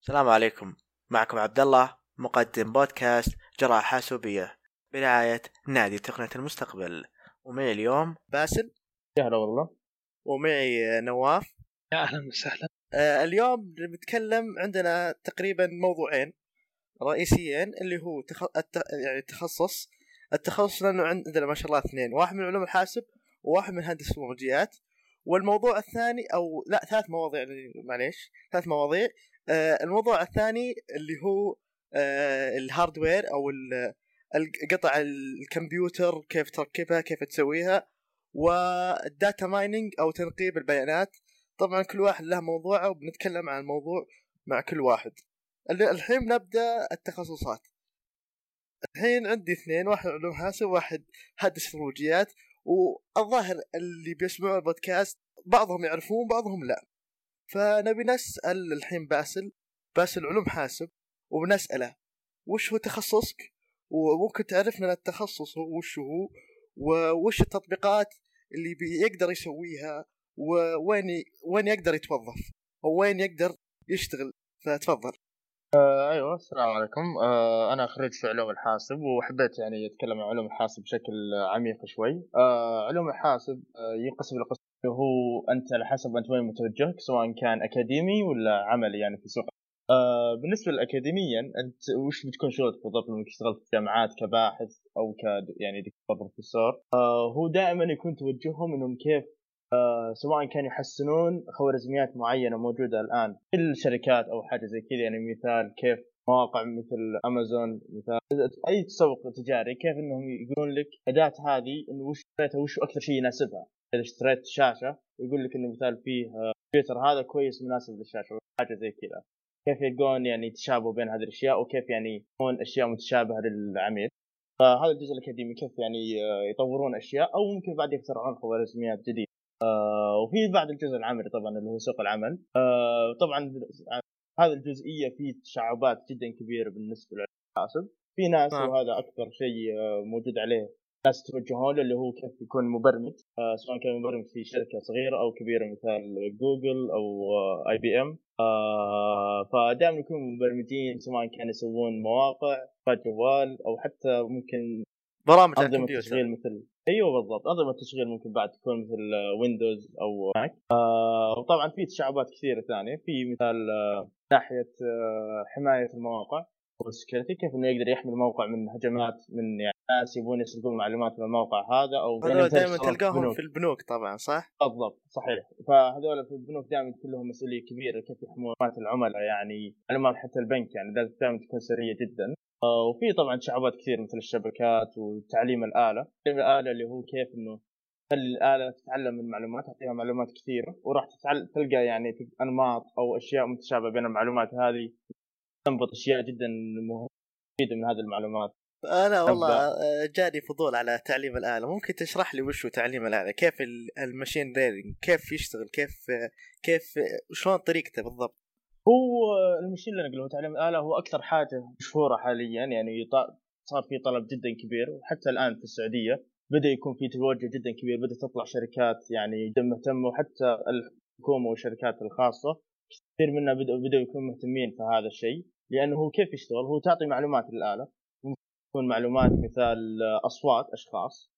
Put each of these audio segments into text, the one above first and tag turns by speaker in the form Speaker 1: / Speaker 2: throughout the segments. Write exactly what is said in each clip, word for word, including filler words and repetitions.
Speaker 1: السلام عليكم. معكم عبد الله، مقدم بودكاست جراحة حاسوبية برعاية نادي تقنية المستقبل. ومعي اليوم باسل.
Speaker 2: يا هلا والله.
Speaker 1: ومعي نواف.
Speaker 3: يا أهلا وسهلا.
Speaker 1: آه اليوم بنتكلم عندنا تقريبا موضوعين رئيسيين اللي هو تخ... الت... يعني التخصص التخصص لأنه عندنا ما شاء الله اثنين، واحد من علوم الحاسب وواحد من هندسة التكنولوجيات. والموضوع الثاني أو لا ثلاث مواضيع، معليش ثلاث مواضيع. آه الموضوع الثاني اللي هو آه الهاردوير أو القطع الكمبيوتر، كيف تركبها كيف تسويها، والداتا مايننج أو تنقيب البيانات. طبعا كل واحد له موضوعه وبنتكلم عن الموضوع مع كل واحد. الحين نبدأ التخصصات. الحين عندي اثنين، واحد علوم حاسب وواحد هندسة تكنولوجيات. والظاهر اللي بيسمعوا البودكاست بعضهم يعرفون بعضهم لا، فنبي نسأل الحين باسل باسل علوم حاسب، وبنسأله وش هو تخصصك، وممكن تعرفنا التخصص وش هو ووش التطبيقات اللي بيقدر يسويها، ووين وين يقدر يتوظف أو وين يقدر يشتغل. فتفضل.
Speaker 2: آه ايوه السلام عليكم. آه انا خريج في علوم الحاسب، وحبيت يعني اتكلم عن علوم الحاسب بشكل عميق شوي. آه علوم الحاسب آه ينقسم لقسم اللي هو انت على حسب انت وين متوجهك، سواء كان اكاديمي ولا عملي يعني في سوق. آه بالنسبه لاكاديميا انت وش بتكون شغلك بالضبط؟ انك اشتغلت في جامعات كباحث او ك يعني دكتور بروفيسور. آه هو دائما يكون توجههم انهم كيف آه سواء كان يحسنون خوارزميات معينة موجودة الآن في الشركات أو حاجة زي كذا. يعني مثال كيف مواقع مثل أمازون، مثال أي تسوق تجاري، كيف إنهم يقولون لك أداة هذه إنه وش اشتريتها وش أكثر شيء يناسبها. إذا اشتريت شاشة يقول لك إنه مثال فيه كمبيوتر هذا كويس مناسب للشاشة، حاجة زي كذا. كيف يلقون يعني تشابه بين هذه الأشياء، وكيف يعني يكون أشياء متشابهة للعميل. فهذا الجزء الأكاديمي كيف يعني يطورون أشياء، أو ممكن بعد يخترعون خوارزميات جديدة. آه وفي بعد الجزء العملي طبعا اللي هو سوق العمل. آه طبعا هذه الجزئيه فيه تشعبات جدا كبيره بالنسبه للحاسب. في ناس
Speaker 1: آه.
Speaker 2: وهذا اكثر شيء آه موجود عليه ناس توجهون اللي هو كيف يكون مبرمج، آه سواء كان مبرمج في شركه صغيره او كبيره مثال جوجل او آه اي بي ام. آه فدائما يكونوا مبرمجين، سواء كانوا يسوون مواقع جوال او حتى ممكن
Speaker 1: برامج
Speaker 2: أنظمة
Speaker 1: الكمبيوتر.
Speaker 2: تشغيل مثل أيوه بالضبط، أنظمة تشغيل ممكن بعد تكون مثل ويندوز أو ماك. آه وطبعا في تشعبات كثيرة ثانية، في مثال آه ناحية آه حماية المواقع والسكيورتي، كيف إنه يقدر يحمي الموقع من هجمات من يعني ناس يبون يسرقون معلومات من الموقع هذا، أو يعني
Speaker 1: هذول
Speaker 2: مثلا
Speaker 1: دائما
Speaker 2: يشتغلون في
Speaker 1: تلقاهم
Speaker 2: البنوك.
Speaker 1: في البنوك طبعا، صح؟
Speaker 2: بالضبط صحيح. فهذول في البنوك دائما تكون لهم مسؤولية كبيرة، كيف يحمون معلومات العملاء، يعني معلومات حتى البنك يعني لازم دائما تكون سرية جدا. آه وفي طبعا شعبات كثير مثل الشبكات وتعليم الآلة. تعليم الآلة اللي هو كيف إنه تخلي الآلة تتعلم من معلومات، تعطيها معلومات كثيرة وراح تتعلم تلقى يعني أنماط أو أشياء متشابهة بين المعلومات هذه، تنبط أشياء جدا مفيدة من هذه المعلومات.
Speaker 1: أنا والله
Speaker 2: نبدأ.
Speaker 1: جاني فضول على تعليم الآلة. ممكن تشرح لي وش هو تعليم الآلة؟ كيف الماشين ليرنينج كيف يشتغل؟ كيف كيف شلون طريقته بالضبط؟
Speaker 2: هو المشين ليرنينج هو تعليم الآلة، هو أكثر حاجة مشهورة حاليا. يعني صار في طلب جدا كبير، وحتى الآن في السعودية بدأ يكون في توجه جدا كبير، بدأ تطلع شركات يعني جدا مهتمة، وحتى الحكومة والشركات الخاصة كثير منها بدأوا بدأوا يكونوا مهتمين في هذا الشيء. لأنه هو كيف يشتغل؟ هو تعطي معلومات للآلة، ممكن تكون معلومات مثال أصوات أشخاص،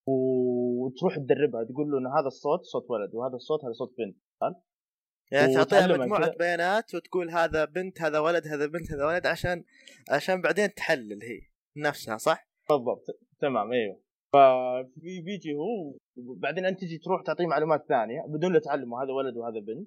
Speaker 2: وتروح تدربها تقول له إن هذا الصوت صوت ولد وهذا الصوت هذا صوت بنت،
Speaker 1: يعني تعطيها مجموعة
Speaker 2: كده.
Speaker 1: بيانات وتقول هذا بنت هذا ولد هذا بنت هذا ولد، عشان عشان بعدين تحلل هي نفسها، صح؟
Speaker 2: بالضبط تمام ايوه. فبي بيجي هو بعدين انت تجي تروح تعطيه معلومات ثانيه بدون لا تعلمه هذا ولد وهذا بنت.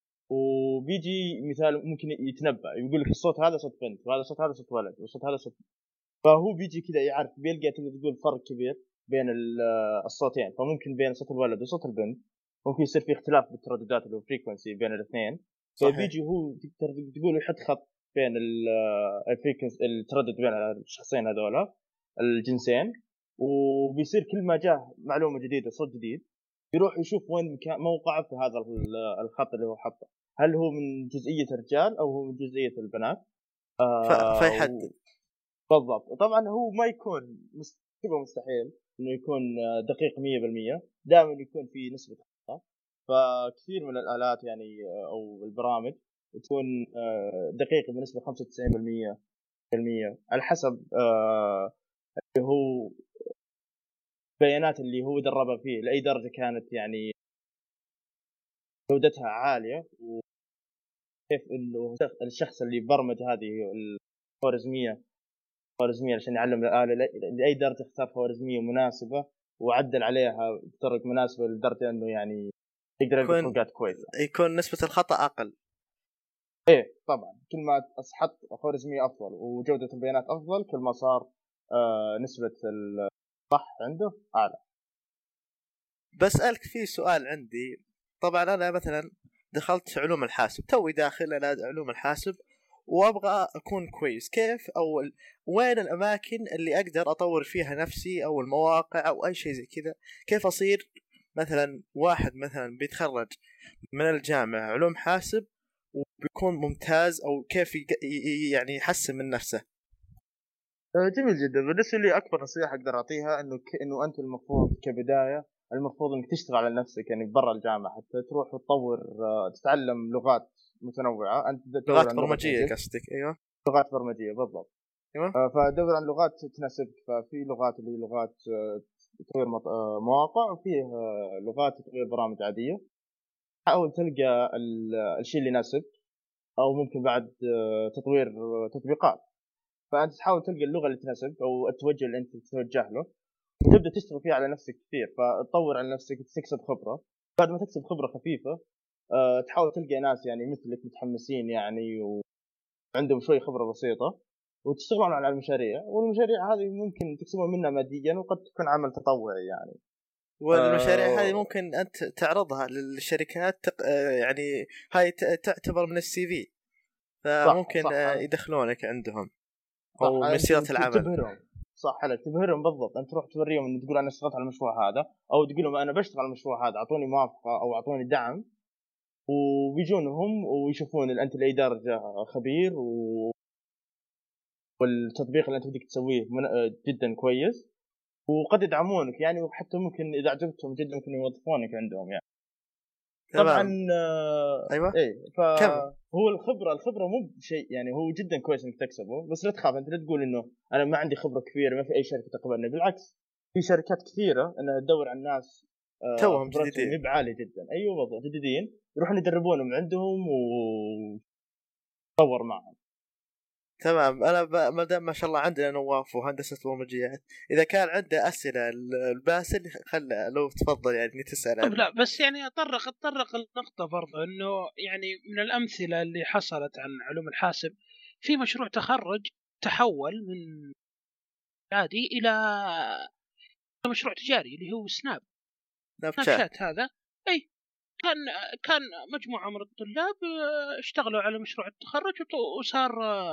Speaker 2: وبيجي مثال ممكن يتنبأ يقول لك الصوت هذا صوت بنت، وهذا صوت هذا صوت ولد، والصوت هذا صوت. فهو بيجي كذا يعرف، بيلقى تقدر تقول فرق كبير بين الصوتين. فممكن بين صوت الولد وصوت البنت ممكن يصير في اختلاف بالترددات اللي هو فريكونسي بين الاثنين. فبيجي هو تقدر تقول يحط خط بين الفريكونسي التردد بين الشخصين هذولا الجنسين، وبيصير كل ما جاء معلومة جديدة صوت جديد يروح يشوف وين مكان موقعه في هذا الخط اللي هو حطه، هل هو من جزئية الرجال أو هو من جزئية البنات. آه
Speaker 1: فيحدد.
Speaker 2: بالضبط. طبعا هو ما يكون شبه مستحيل انه يكون دقيق مية بالمية، دائما يكون في نسبة خطأ. فكثير من الآلات يعني او البرامج تكون دقيقة بنسبة خمسة وتسعين بالمية على حسب اللي هو بيانات اللي هو دربها فيه لأي درجة كانت يعني جودتها عالية، وكيف إنه الشخص اللي برمج هذه الخوارزمية خوارزمية عشان يعلم الآلة لأي درجة اختار خوارزمية مناسبة وعدل عليها بطرق مناسبة لدرجة إنه يعني يقدر يلقى فروقات كويسة،
Speaker 1: يكون نسبة الخطأ أقل.
Speaker 2: إيه طبعا، كل ما أصحت خوارزمية أفضل وجودة البيانات أفضل كل ما صار آه نسبة الصح عنده أعلى.
Speaker 1: بسألك في سؤال عندي. طبعا أنا مثلا دخلت علوم الحاسب، توي داخل أنا علوم الحاسب وأبغى أكون كويس، كيف أو وين الأماكن اللي أقدر أطور فيها نفسي أو المواقع أو أي شيء زي كذا؟ كيف أصير مثلا واحد مثلا بيتخرج من الجامعة علوم حاسب وبيكون ممتاز، أو كيف يعني يحسن من نفسه؟
Speaker 2: جميل جدا. بالنسبة لي أكبر نصيحة أقدر أعطيها إنه ك... إنه أنت المفروض كبداية المفروض إنك تشتغل على نفسك يعني برا الجامعة، حتى تروح وتطور تتعلم لغات متنوعة. أنت
Speaker 1: لغات برمجية قصدك؟ أيوة
Speaker 2: لغات برمجية بالضبط.
Speaker 1: أيوة.
Speaker 2: فدور عن لغات تناسبك، ففي لغات اللي لغات تطوير مواقع وفيه لغات تطوير برامج عادية. حاول تلقى الشيء اللي يناسبك، أو ممكن بعد تطوير تطبيقات، فأنت تحاول تلقى اللغة اللي تناسبك أو التوجه اللي أنت تتوجه له وتبدأ تشتغل فيه على نفسك كثير، فتطور على نفسك تكسب خبرة. بعد ما تكسب خبرة خفيفة أه تحاول تلقى ناس يعني مثلك متحمسين يعني وعندهم شوي خبرة بسيطة وتشتغلون على المشاريع، والمشاريع هذه ممكن تكسبون منها ماديا وقد تكون عمل تطوعي يعني.
Speaker 1: والمشاريع أه هذه ممكن أنت تعرضها للشركات تق... يعني هاي تعتبر من السي في، فممكن صح صح يدخلونك عندهم أو من سيرة العمل.
Speaker 2: تبهرهم صح عليك، تبهرهم بالضبط. أنت تروح توريهم إن تقول أنا اشتغلت على المشروع هذا، أو تقول لهم أنا بشتغل على المشروع هذا أعطوني موافقة أو أعطوني دعم، وبيجونهم ويشوفون أنت لأي درجة خبير و... والتطبيق اللي أنت بدك تسويه من... جدا كويس، وقد يدعمونك يعني، وحتى ممكن إذا عجبتهم جدا ممكن يوظفونك عندهم يعني. طبعا آه
Speaker 1: أيوة.
Speaker 2: إيه فهو الخبرة الخبرة مو بشيء يعني، هو جدا كويس إنك تكسبه، بس لا تخاف. أنت لا تقول إنه أنا ما عندي خبرة كبيرة ما في أي شركة تقبلني، بالعكس في شركات كثيرة إنها تدور على الناس
Speaker 1: آه توهم جديدين
Speaker 2: مب عالي جدا. أيوة بالضبط جديدين، يروحون يدربونهم عندهم وتطور معهم.
Speaker 1: تمام. انا ما دام ما شاء الله عندنا نواف وهندسه برمجيات، اذا كان عنده اسئله الباسل خله لو تفضل يعني تسال.
Speaker 3: طب لا بس يعني اطرق اطرق النقطه برضه انه يعني من الامثله اللي حصلت عن علوم الحاسب في مشروع تخرج تحول من عادي الى مشروع تجاري اللي هو سناب
Speaker 1: سناب
Speaker 3: شات. هذا اي كان كان مجموعه من الطلاب اشتغلوا على مشروع التخرج وصار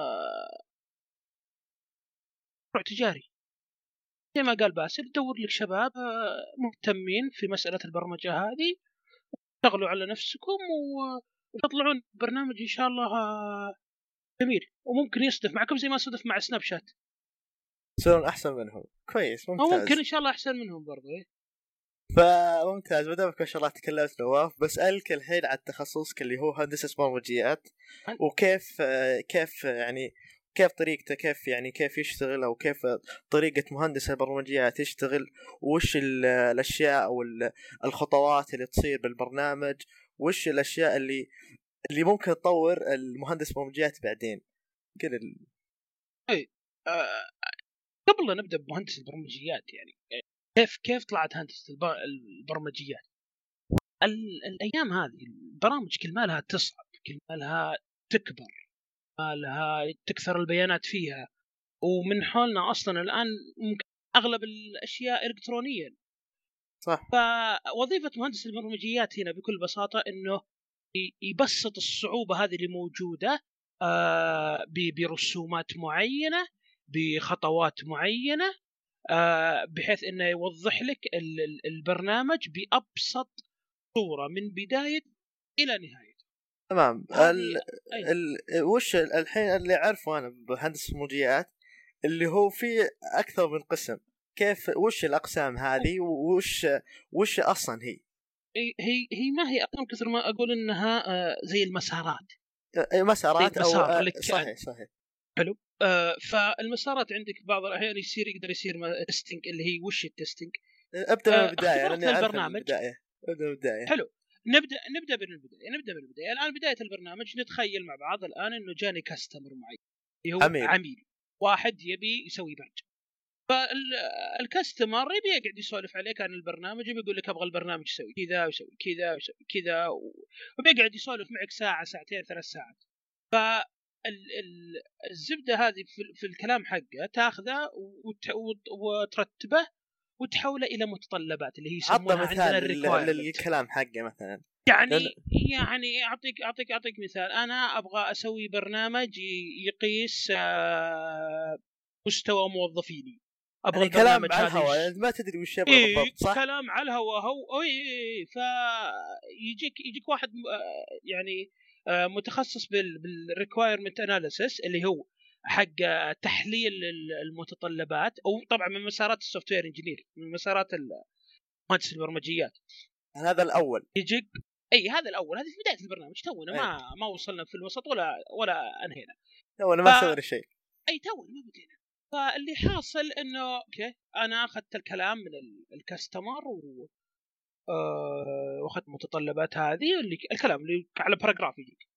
Speaker 3: مشروع تجاري زي ما قال باسل. دور لك شباب مهتمين في مساله البرمجه هذه، اشتغلوا على نفسكم وتطلعون برنامج ان شاء الله جميل، وممكن يصدف معكم زي ما صدف مع سناب شات،
Speaker 1: يصيرون احسن منهم. كويس ممتاز،
Speaker 3: ممكن ان شاء الله احسن منهم برضه. إيه؟
Speaker 1: فممتاز. بدأك ما شاء الله تكلمت نواف، بسألك الحين على تخصصك اللي هو هندسة برمجيات، وكيف كيف يعني كيف طريقته، كيف يعني كيف يشتغل، او كيف طريقة مهندس البرمجيات يشتغل، وش الاشياء او الخطوات اللي تصير بالبرنامج، وش الاشياء اللي اللي ممكن تطور المهندس برمجيات بعدين كذا.
Speaker 3: اي آه قبل لا نبدا بمهندس البرمجيات يعني كيف كيف طلعت هندسة البرمجيات. الايام هذه البرامج كل ما لها تصعب كل ما لها تكبر، ما لها تكثر البيانات فيها، ومن حولنا اصلا الان ممكن اغلب الاشياء الكترونيا.
Speaker 1: صح.
Speaker 3: فوظيفه مهندس البرمجيات هنا بكل بساطه انه يبسط الصعوبه هذه اللي موجوده آه برسومات معينه بخطوات معينه آه بحيث انه يوضح لك البرنامج بابسط صوره من بدايه الى نهايه.
Speaker 1: تمام. ال... ال... وش الحين اللي اعرفه انا بهندسه برمجيات اللي هو في اكثر من قسم، كيف وش الاقسام هذه وش وش اصلا هي
Speaker 3: هي هي ما هي اقسام كثر ما اقول انها زي المسارات.
Speaker 1: مسارات او
Speaker 3: مسار
Speaker 1: آه
Speaker 3: لك
Speaker 1: صحيح صحيح
Speaker 3: حلو. آه فالمسارات عندك بعض الاحيان يصير يقدر يصير تيستنج اللي هي وش التيستنج.
Speaker 1: ابدا من
Speaker 3: آه
Speaker 1: البدايه
Speaker 3: اختبارات
Speaker 1: لاني اعرف
Speaker 3: للبرنامج.
Speaker 1: البدايه. ابدا من البدايه.
Speaker 3: حلو. نبدا نبدا من البدايه نبدا من البدايه الان بدايه البرنامج نتخيل مع بعض الان انه جاني كاستمر معي اللي هو
Speaker 1: عميل.
Speaker 3: عميل واحد يبي يسوي برج. فالكاستمر يبي يقعد يسولف عليك عن البرنامج ويقول لك ابغى البرنامج يسوي كذا ويسوي كذا ويسوي كذا وبيقعد يسولف معك ساعه ساعتين ثلاث ساعات. فالزبده هذه في الكلام حقه تاخذه وترتبه وتحوله الى متطلبات اللي هي يسمونها عندنا الريكوايرمنت
Speaker 1: للكلام حقه مثلا.
Speaker 3: يعني لأن... يعني اعطيك اعطيك اعطيك مثال. انا ابغى اسوي برنامج يقيس مستوى موظفيني. ابغى
Speaker 1: يعني كلام على الهواء ما تدري وش يبغى
Speaker 3: إيه
Speaker 1: بالضبط صح.
Speaker 3: كلام على الهواء هو اي إيه فيجيك يجيك واحد يعني متخصص بالريكوايرمنت اناليسيس اللي هو حق تحليل المتطلبات او طبعا من مسارات السوفت وير انجينير من مسارات مهندس البرمجيات.
Speaker 1: هذا الاول
Speaker 3: يجيك اي هذا الاول. هذه في بدايه البرنامج تونا ما ما وصلنا في الوسط ولا ولا انهينا
Speaker 1: تونا ما سوينا ف... شيء.
Speaker 3: اي تونا ما بدينا. فاللي حاصل انه اوكي انا اخذت الكلام من الكاستمر و أه... واخذت متطلبات هذه اللي الكلام اللي على باراجراف يجيك.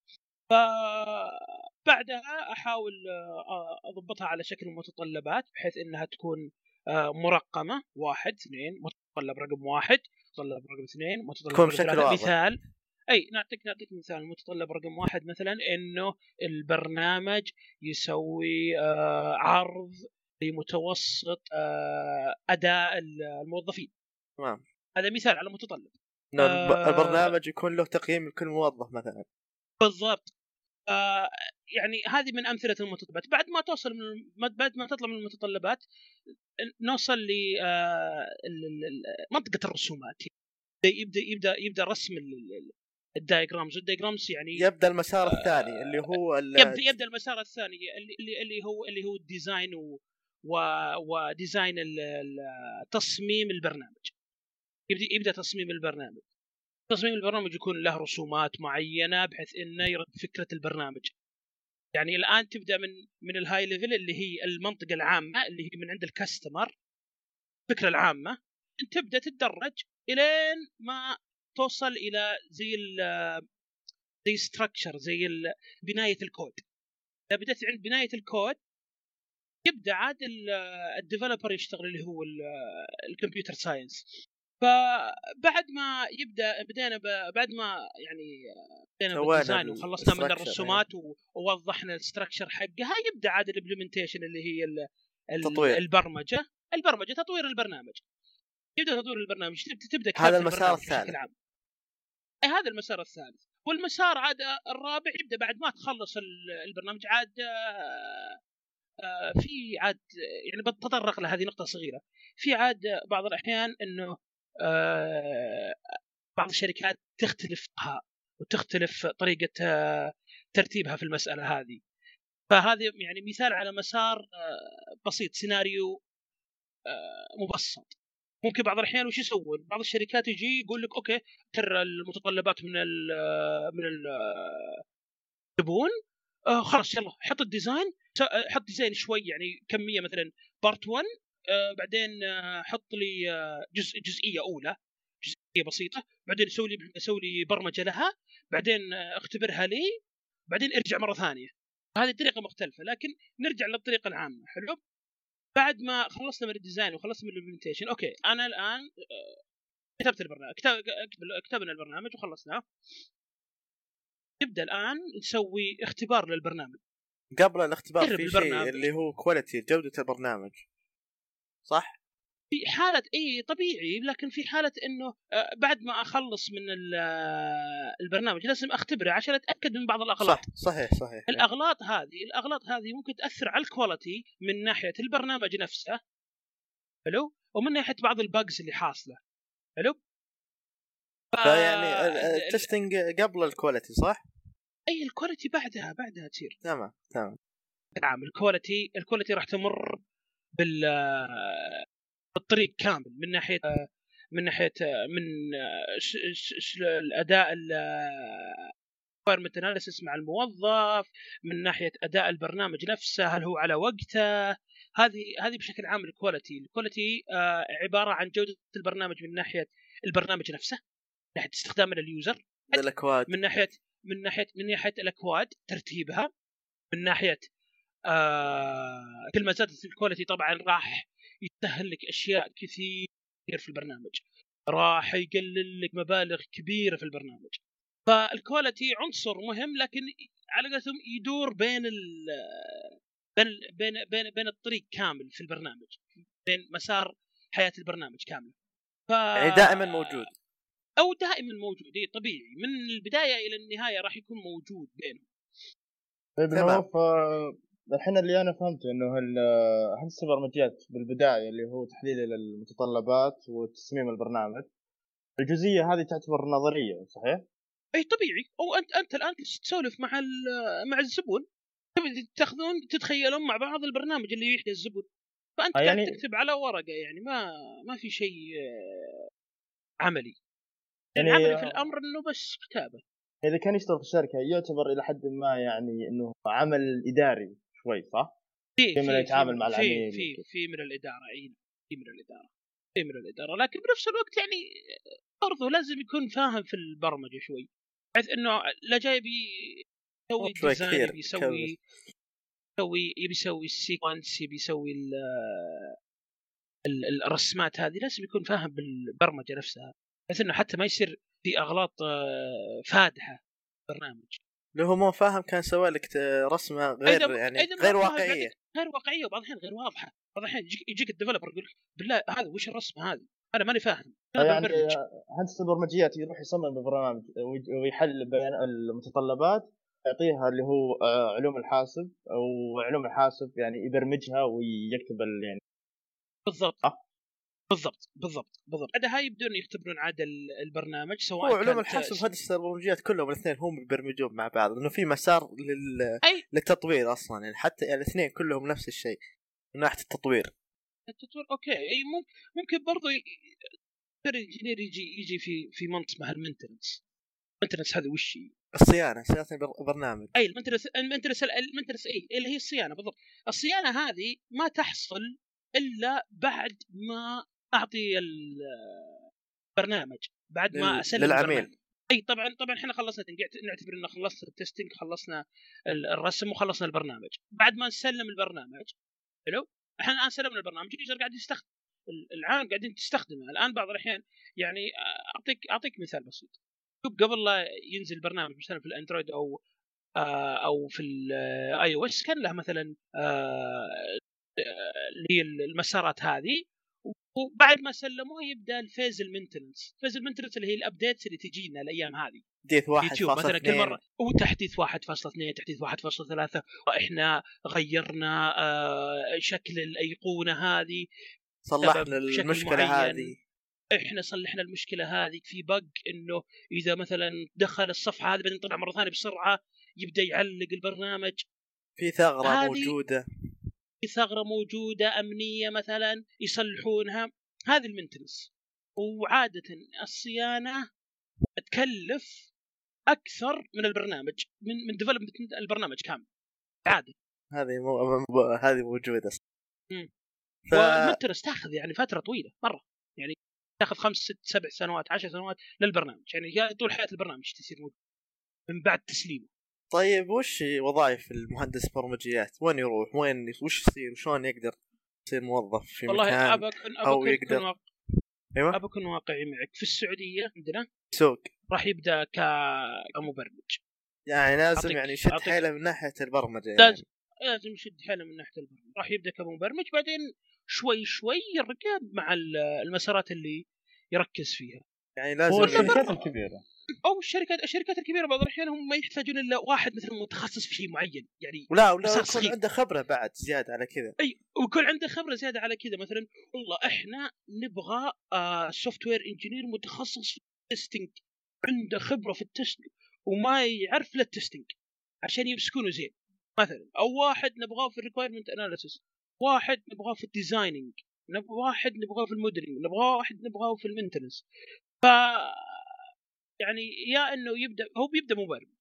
Speaker 3: فبعدها احاول اضبطها على شكل متطلبات بحيث انها تكون مرقمه واحد اثنين متطلب رقم واحد متطلب رقم اثنين متطلب رقم ثلاثة. مثال اي نعطيك نعطيك مثال. متطلب رقم واحد مثلا انه البرنامج يسوي آه عرض لمتوسط آه اداء الموظفين.
Speaker 1: تمام.
Speaker 3: هذا مثال على متطلب.
Speaker 1: آه البرنامج يكون له تقييم لكل موظف مثلا.
Speaker 3: بالضبط. آه يعني هذه من امثله المتطلبات. بعد ما توصل من بعد ما تطلع من المتطلبات نوصل ل آه منطقه الرسومات. يبدا يبدا يبدا رسم الدايجرامز. الدايجرامز يعني
Speaker 1: يبدا المسار آه الثاني اللي هو
Speaker 3: يبدا يبدا المسار الثاني اللي اللي هو اللي هو الديزاين و وديزاين تصميم البرنامج. يبدا يبدا تصميم البرنامج. تصميم البرنامج يكون له رسومات معينه بحيث انه يرد فكره البرنامج. يعني الان تبدا من من الهاي ليفل اللي هي المنطقه العامه اللي هي من عند الكاستمر الفكره العامه. انت تبدا تتدرج الين ما توصل الى زي ال زي ستراكشر زي بنايه الكود. اذا بدات عند بنايه الكود يبدا عاد الديفلوبر يشتغل اللي هو الكمبيوتر ساينس. فبعد ما يبدا بدينا بعد ما يعني بدينا بالديزاين وخلصنا من الرسومات ووضحنا الستراكشر حقها يبدا عاد الامبلمنتيشن اللي هي
Speaker 1: تطوير.
Speaker 3: البرمجه البرمجه تطوير البرنامج. يبدا تطوير البرنامج تبدا
Speaker 1: هذا المسار الثاني.
Speaker 3: أي هذا المسار الثالث. والمسار عاد الرابع يبدا بعد ما تخلص البرنامج عاد في عاد يعني بتطرق لهذه نقطه صغيره. في عاد بعض الاحيان انه بعض الشركات تختلفها وتختلف طريقه ترتيبها في المساله هذه. فهذه يعني مثال على مسار بسيط سيناريو مبسط. ممكن بعض الاحيان وش يسوون بعض الشركات يجي يقول لك اوكي ترى المتطلبات من ال من الزبون آه خلاص يلا حط الديزاين حط ديزاين شوي يعني كميه مثلا بارت واحد آه بعدين آه حط لي آه جزء جزئيه اولى جزئيه بسيطه بعدين سوي لي سوي لي برمجه لها بعدين آه اختبرها لي بعدين ارجع مره ثانيه. هذه طريقه مختلفه لكن نرجع للطريقه العامه. حلو. بعد ما خلصنا من الديزاين وخلصنا من الامبلمنتيشن اوكي انا الان كتبت البرنامج كتبنا البرنامج وخلصناه. نبدا الان نسوي اختبار للبرنامج.
Speaker 1: قبل الاختبار في شيء اللي هو كواليتي جوده البرنامج صح.
Speaker 3: في حاله اي طبيعي لكن في حاله انه بعد ما اخلص من البرنامج لازم اختبره عشان اتاكد من بعض الاغلاط.
Speaker 1: صح صحيح صحيح.
Speaker 3: الاغلاط هذه الاغلاط هذه ممكن تاثر على الكواليتي من ناحيه البرنامج نفسه. حلو. ومن ناحيه بعض الباجز اللي حاصله. حلو.
Speaker 1: فيعني التستنج قبل الكواليتي صح.
Speaker 3: اي الكواليتي بعدها بعدها تصير.
Speaker 1: تمام تمام.
Speaker 3: نعم الكواليتي الكواليتي راح تمر بال بالطريق كامل من ناحيه من ناحيه من الاداء requirement analysis مع الموظف، من ناحيه اداء البرنامج نفسه هل هو على وقته. هذه هذه بشكل عام الكواليتي. الكواليتي آه عباره عن جوده البرنامج من ناحيه البرنامج نفسه، من ناحيه استخدامه لليوزر،
Speaker 1: الاكواد،
Speaker 3: من ناحيه من ناحيه من ناحيه الاكواد ترتيبها، من ناحيه آه كل ما زادت الكواليتي طبعا راح يسهل لك اشياء كثير في البرنامج، راح يقلل لك مبالغ كبيره في البرنامج. فالكواليتي عنصر مهم، لكن على قولتهم يدور بين ال بين بين بين بين الطريق كامل في البرنامج، بين مسار حياه البرنامج كامله. ف
Speaker 1: يعني دائما موجود
Speaker 3: او دائما موجود، اي طبيعي من البدايه الى النهايه راح يكون موجود بينهم.
Speaker 2: طيب نواف، الحين اللي انا فهمته انه هندسه البرمجيات بالبدايه اللي هو تحليل المتطلبات وتصميم البرنامج، الجزئيه هذه تعتبر نظريه صحيح؟
Speaker 3: اي طبيعي. او انت انت الان تسولف مع مع الزبون، تاخذون تتخيلون مع بعض البرنامج اللي يحتاج الزبون، فانت قاعد يعني تكتب على ورقه، يعني ما ما في شيء عملي. يعني العملي في الامر انه بس كتابه.
Speaker 2: اذا كان يشتغل في الشركه يعتبر الى حد ما يعني انه عمل اداري شوي صح؟
Speaker 3: في
Speaker 2: في من يتعامل مع العميل،
Speaker 3: في في, في من الاداره، اي في من الاداره في من الاداره لكن بنفس الوقت يعني برضه لازم يكون فاهم في البرمجه شوي، بحيث انه لا جاي يسوي ديزاين، يبي يسوي يسوي يبي يسوي السيكونس، يبي يسوي الرسمات هذه، لازم يكون فاهم بالبرمجه نفسها، بحيث انه حتى ما يصير في اغلاط فادحه برنامج.
Speaker 1: لو هو ما فاهم كان سوى لك رسمه غير يعني غير واقعيه
Speaker 3: غير واقعيه وبعض الحين غير واضحه. بعض الحين يجيك, يجيك الديفلوبر يقول بالله هذا وش الرسمه هذه، انا ماني فاهم.
Speaker 2: يعني هندسه البرمجيات يروح يصمم البرنامج ويحل بيان المتطلبات، يعطيها اللي هو علوم الحاسب او علوم الحاسب يعني يبرمجها ويكتب يعني
Speaker 3: بالضبط أه؟ بالضبط بالضبط بالضبط. بعد هاي يبدون يختبرون عاد البرنامج، سواء
Speaker 1: هو علوم الحاسب وهندسه البرمجيات كلهم الاثنين هم يبرمجون مع بعض، انه في مسار لل... للتطوير اصلا، يعني حتى يعني الاثنين كلهم نفس الشيء من ناحيه التطوير.
Speaker 3: التطوير اوكي، اي ممكن برضو الانجينير يجي يجي في في منطقه اسمها المينتنس. المينتنس هذا وش هي؟
Speaker 1: الصيانه، صيانه البرنامج.
Speaker 3: اي المينتنس المينتنس المينتنس اي اللي هي الصيانه بالضبط. الصيانه هذه ما تحصل الا بعد ما اعطي البرنامج، بعد ما اسلم
Speaker 1: للعميل.
Speaker 3: اي طبعا طبعا احنا خلصنا، نعتبر ان خلصنا التستنج، خلصنا الرسم وخلصنا البرنامج. بعد ما نسلم البرنامج حلو، احنا الان سلمنا البرنامج، اليوزر قاعد يستخدم العام قاعدين تستخدمه الان. بعض الاحيان يعني اعطيك اعطيك مثال بسيط. قبل لا ينزل البرنامج مثلا في الاندرويد او او في الاي او اس كان له مثلا اللي المسارات هذه، وبعد ما سلموه يبدا الفيز المينتنس. فيز المينتنس اللي هي الابديتس اللي تجينا الايام هذه،
Speaker 1: تحديث واحد فاصلة
Speaker 3: مثلا كل مره وتحديث واحد فاصلة اثنين، تحديث واحد فاصلة ثلاثة، واحنا غيرنا شكل الايقونه هذه،
Speaker 1: صلحنا المشكله هذه،
Speaker 3: احنا صلحنا المشكله هذه. في بق انه اذا مثلا دخل الصفحه هذه بعدين طلع مره ثانيه بسرعه يبدا يعلق البرنامج،
Speaker 1: في ثغره موجوده
Speaker 3: في ثغره موجوده امنيه مثلا يصلحونها. هذه المينتنس. وعاده الصيانه تكلف اكثر من البرنامج، من من ديفلوبمنت البرنامج كامل عاده.
Speaker 1: هذه مو... هذه موجوده.
Speaker 3: امم ف... والمينتنس تاخذ يعني فتره طويله مره، يعني تاخذ خمس ست سبع سنوات عشر سنوات للبرنامج، يعني طول حياه البرنامج تصير موجود من بعد تسليمه.
Speaker 1: طيب وش وظائف المهندس برمجيات؟ وين يروح؟ وين وش يصير؟ وشلون يقدر يصير موظف في
Speaker 3: والله
Speaker 1: مكان
Speaker 3: أبك
Speaker 1: او يقدر
Speaker 3: واقع...
Speaker 1: ايوه
Speaker 3: ابى اكون واقعي معك. في السعوديه عندنا
Speaker 1: سوق
Speaker 3: راح يبدا كمبرمج،
Speaker 1: يعني لازم يعني يشد حيله من ناحيه البرمجه، يعني
Speaker 3: لازم لازم يشد حيله من ناحيه البرمجه. راح يبدا كمبرمج، بعدين شوي شوي يرقى مع المسارات اللي يركز فيها.
Speaker 1: يعني لازم
Speaker 2: الشركات الكبيره
Speaker 3: او الشركات الشركات الكبيره بعض الاحيان هم ما يحتاجون الا واحد مثلا متخصص في شيء معين، يعني
Speaker 1: ولا ولا يكون عنده خبره بعد زياده على كذا.
Speaker 3: اي ويكون عنده خبره زياده على كذا. مثلا والله احنا نبغى آه سوفت وير انجينير متخصص في التستنج، عنده خبره في التستنج وما يعرف له التستنج عشان يمسكونه زين مثلا. او واحد نبغاه في الريكويرمنت اناليسيس، واحد نبغاه في الديزايننج، نبغى واحد نبغاه في الموديلنج، نبغى واحد نبغاه في المينتنس. ف يعني يا انه يبدا هو بيبدا مبرمج،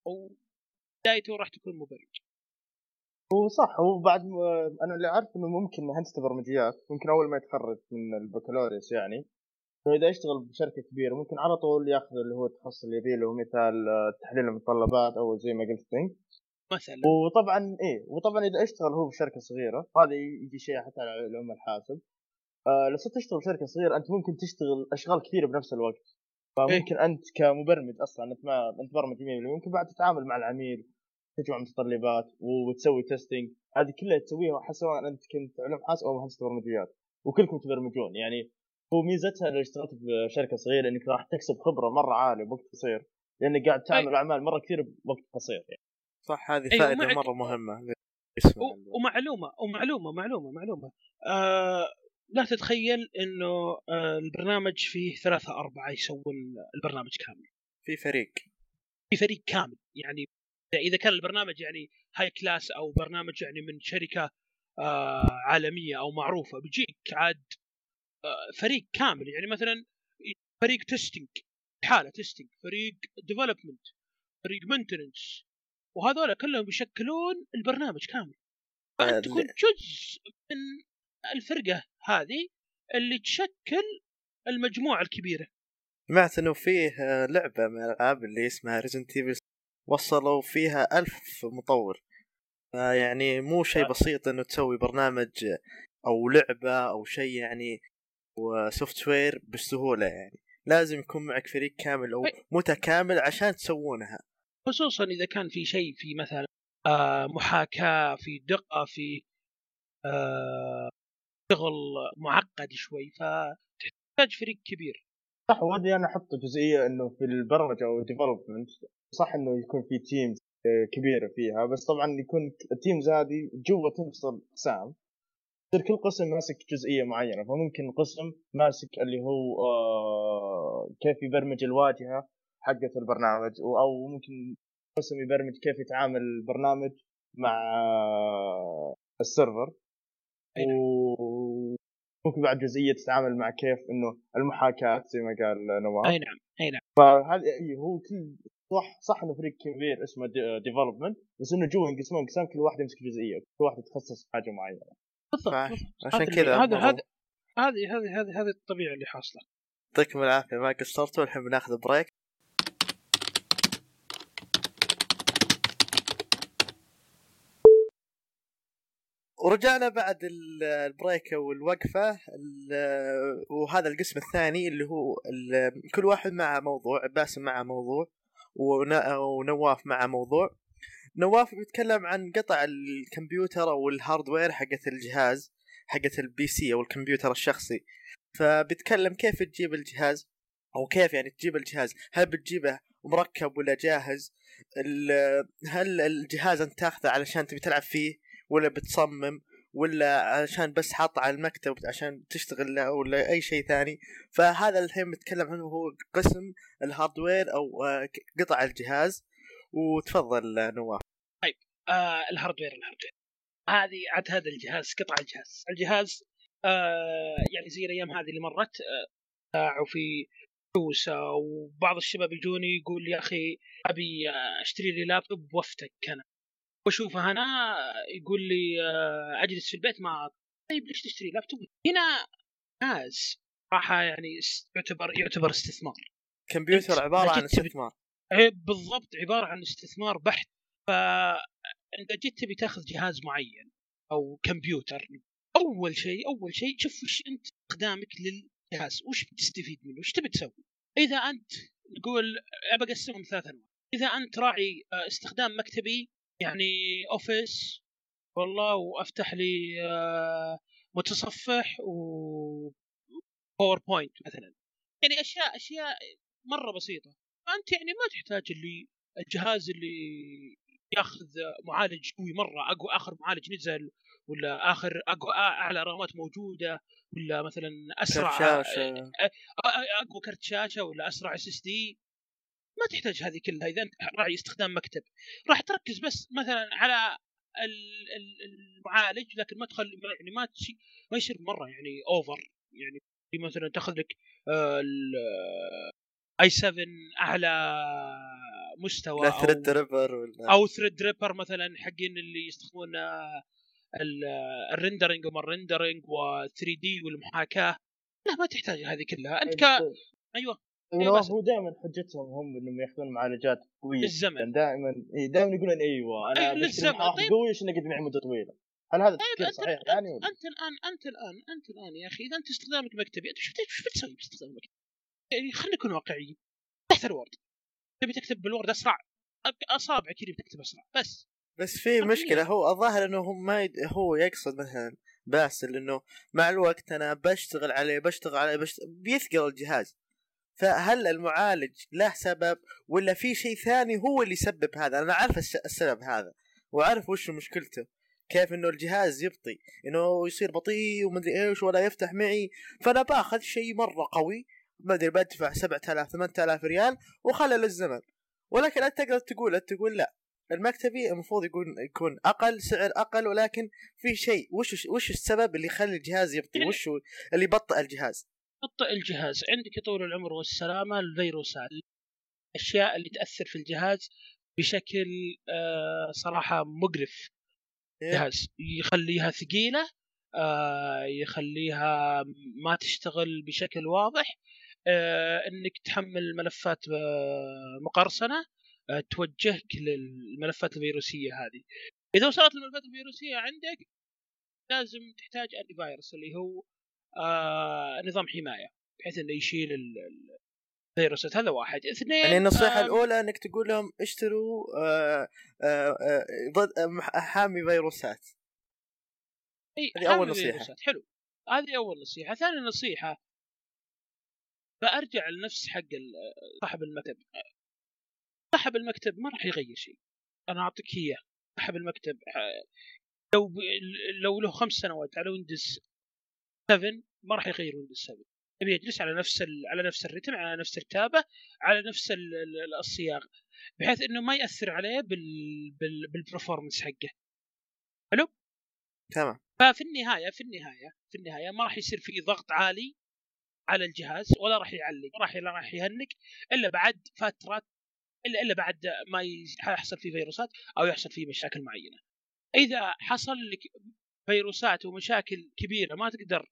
Speaker 3: او بدايته راح تكون مبرمج.
Speaker 2: هو صح. هو بعد م... انا اللي عارف انه ممكن هندسه برمجيات ممكن اول ما يتخرج من البكالوريوس يعني فاذا يشتغل بشركه كبيره ممكن على طول ياخذ اللي هو التخصص اللي يبيه له مثال تحليل المتطلبات او زي ما قلت انت
Speaker 3: مثلا.
Speaker 2: وطبعا ايه وطبعا اذا اشتغل هو بشركه صغيره هذا يجي شيء حتى على علوم الحاسب. آه لو صرت تشتغل بشركه صغيره انت ممكن تشتغل اشغال كثيره بنفس الوقت. فممكن إيه؟ انت كمبرمج اصلا انت ما انت برمج مية ممكن بعد تتعامل مع العميل تجمع متطلبات وتسوي تيستينج هذه كلها تسويها حسب انت كنت علوم حاسب او مهندس برمجيات وكلكم تبرمجون يعني. هو ميزتها لو اشتغلت بشركه صغيره انك راح تكسب خبره مره عاليه بوقت قصير لانك قاعد تعمل أي. اعمال مره كثير بوقت قصير يعني.
Speaker 1: صح هذه أيوة فائده ومع... مره مهمه. اسمع
Speaker 3: ومعلومه ومعلومه معلومه معلومه آه لا تتخيل انه آه البرنامج فيه ثلاثة أربعة يسوون البرنامج كامل.
Speaker 1: في فريق
Speaker 3: في فريق كامل يعني اذا كان البرنامج يعني هاي كلاس او برنامج يعني من شركه آه عالميه او معروفه بيجيك عاد آه فريق كامل يعني مثلا فريق تيستينج حاله تيستينج فريق ديفلوبمنت فريق مينتننس وهذول كلهم يشكلون البرنامج كامل. فأنت تكون جزء من الفرقه هذه اللي تشكل المجموعه الكبيره.
Speaker 1: سمعت انه فيه لعبه من الالعاب اللي اسمها ريزنت ايفل وصلوا فيها ألف مطور يعني مو شيء بسيط انه تسوي برنامج او لعبه او شيء يعني وسوفت وير بالسهوله يعني لازم يكون معك فريق كامل او متكامل عشان تسوونها
Speaker 3: خصوصا اذا كان في شيء في مثلا آه محاكاه في دقه في آه شغل معقد شوي فتحتاج فريق كبير.
Speaker 2: صح. وهذه انا احط جزئيه انه في البرمجه او الديفلوبمنت صح انه يكون في تيمز كبيره فيها بس طبعا يكون التيمز هذه جوا تنفصل اقسام يصير كل قسم ماسك جزئيه معينه. فممكن قسم ماسك اللي هو آه كيف يبرمج الواجهه حقه البرنامج او ممكن قسم يبرمج كيف يتعامل البرنامج مع السيرفر وممكن بعد جزئيه تتعامل مع كيف انه المحاكاه زي ما قال نواف.
Speaker 3: اي نعم اي نعم.
Speaker 2: فهذا هو كل صح صح انه فريق كبير اسمه ديفلوبمنت بس انه جوا انقسمون قسم كل واحد يمسك جزئيه كل واحد يتخصص في حاجه معينه.
Speaker 3: بالضبط.
Speaker 1: عشان كذا
Speaker 3: هذا هذا هذه هذه هذه هذه الطبيعه اللي حاصله.
Speaker 1: يعطيكم العافيه ما قصرتوا. الحين بناخذ بريك. ورجعنا بعد البريك والوقفه وهذا القسم الثاني اللي هو كل واحد مع موضوع. باسم مع موضوع ونواف مع موضوع. نواف بيتكلم عن قطع الكمبيوتر او الهاردوير حقه الجهاز حقه البي سي او الكمبيوتر الشخصي. فبيتكلم كيف تجيب الجهاز او كيف يعني تجيب الجهاز هل بتجيبه مركب ولا جاهز. هل الجهاز انت تاخذه علشان تبي تلعب فيه ولا بتصمم ولا عشان بس حاطه على المكتب عشان تشتغل له ولا اي شيء ثاني. فهذا الحين بتكلم عنه هو قسم الهاردوير او قطع الجهاز. وتفضل نواف.
Speaker 3: طيب آه الهاردوير الهاردوير هذه عاد هذا الجهاز قطع الجهاز الجهاز آه يعني زي الايام هذه اللي مرت آه وفي فلوسه وبعض الشباب يجوني يقول يا اخي ابي اشتري لي لابتوب بوفتك انا واشوفه انا يقول لي آه اجلس في البيت ما. طيب ليش تشتري لابتوب هنا؟ جهاز راح يعني يعتبر يعتبر استثمار.
Speaker 1: كمبيوتر عباره عن استثمار.
Speaker 3: بالضبط عباره عن استثمار بحت. فانت جيت تبي تاخذ جهاز معين او كمبيوتر اول شيء اول شيء شوف وش انت استخدامك للجهاز وش بتستفيد منه وش تبي تسوي. اذا انت نقول بقسمهم ثلاث انواع. اذا انت راعي استخدام مكتبي يعني اوفيس والله وافتح لي متصفح و باوربوينت مثلا يعني اشياء اشياء مره بسيطه. فانت يعني ما تحتاج اللي الجهاز اللي ياخذ معالج قوي مره اقوى اخر معالج نزل ولا اخر اقوى اعلى رامات موجوده ولا مثلا اسرع اقوى كرت شاشه ولا اسرع اس اس دي. ما تحتاج هذه كلها. اذا انت راعي استخدام مكتب راح تركز بس مثلا على المعالج لكن ما تخلي يعني ما تشي ما يصير مره يعني اوفر. يعني مثلا تاخذ لك اي سبعة اعلى مستوى
Speaker 1: لا ثريد ريبر ولا
Speaker 3: او ثريد ريبر مثلا حقين اللي يستخدمون الريندرنج وما الريندرنج و3 دي والمحاكاه. لا ما تحتاج هذه كلها انت ك... ايوه
Speaker 2: ايوه هو دائما حجتهم هم انهم ياخذون معالجات قويه
Speaker 3: الزمن
Speaker 2: دائما دائما يقولون ايوه انا
Speaker 3: أيه
Speaker 2: بشتري محاط طيب. قوي عشان اقعد معي مده طويله. هل هذا
Speaker 3: طيب
Speaker 2: أنت صحيح يعني
Speaker 3: ولا؟ انت الان انت الان انت الان يا اخي اذا انت استخدامك مكتبي انت شفت ايش بتسوي باستخدام مكتبي؟ يعني خلينا نكون واقعيين. تحت الوورد تبي تكتب بالوورد اسرع اصابع كذا بتكتب اسرع بس
Speaker 1: بس في مشكله. هو الظاهر انه هم ما يد... هو يقصد مثلا باسل انه مع الوقت انا بشتغل عليه بشتغل عليه بشتغل... بيثقل الجهاز. فهل المعالج له سبب ولا في شيء ثاني هو اللي يسبب هذا؟ انا عارف السبب هذا وعارف وش مشكلته، كيف انه الجهاز يبطي، انه يصير بطيء ومدري ايش ولا يفتح معي. فانا باخذ شيء مره قوي ما ادري بدفع سبعة آلاف ثمانية آلاف ريال وخلل الزمن. ولكن انت تقدر تقول انت تقول لا، المكتبي المفروض يكون يكون اقل سعر اقل، ولكن في شيء وش وش السبب اللي يخلي الجهاز يبطي؟ وش اللي يبطئ الجهاز؟
Speaker 3: يبطئ الجهاز عندك طول العمر والسلامه الفيروسات، الاشياء اللي تاثر في الجهاز بشكل آه صراحه مقرف. جهاز يخليها ثقيله، آه يخليها ما تشتغل بشكل واضح، آه انك تحمل ملفات آه مقرصنه آه توجهك للملفات الفيروسيه هذه. اذا وصلت الملفات الفيروسيه عندك لازم تحتاج انتي فايروس اللي هو آه نظام حمايه بحيث انه يشيل الفيروسات. هذا واحد. اثنين
Speaker 1: يعني النصيحه آه الاولى انك تقول لهم اشتروا آه آه آه ضد حامي فيروسات.
Speaker 3: هذه اول نصيحه. فيروسات. حلو، هذه اول نصيحه. ثاني نصيحه فارجع لنفس حق صاحب المكتب. صاحب المكتب ما راح يغير شيء، انا اعطيك اياه. صاحب المكتب لو ب... لو له خمس سنوات على ويندوز سبعة ما راح يغير ويندوز سبعة. يبي يجلس على نفس ال... على نفس الرتم، على نفس التابه، على نفس ال... الصياغه، بحيث انه ما ياثر عليه بال بال بالبرفورمانس حقه. حلو
Speaker 1: تمام.
Speaker 3: ففي النهايه في النهايه في النهايه ما راح يصير في ضغط عالي على الجهاز، ولا راح يعلق، راح راح يهنك الا بعد فترات، الا الا بعد ما يحصل فيه فيروسات او يحصل فيه مشاكل معينه. اذا حصل لك فيروسات ومشاكل كبيره ما تقدر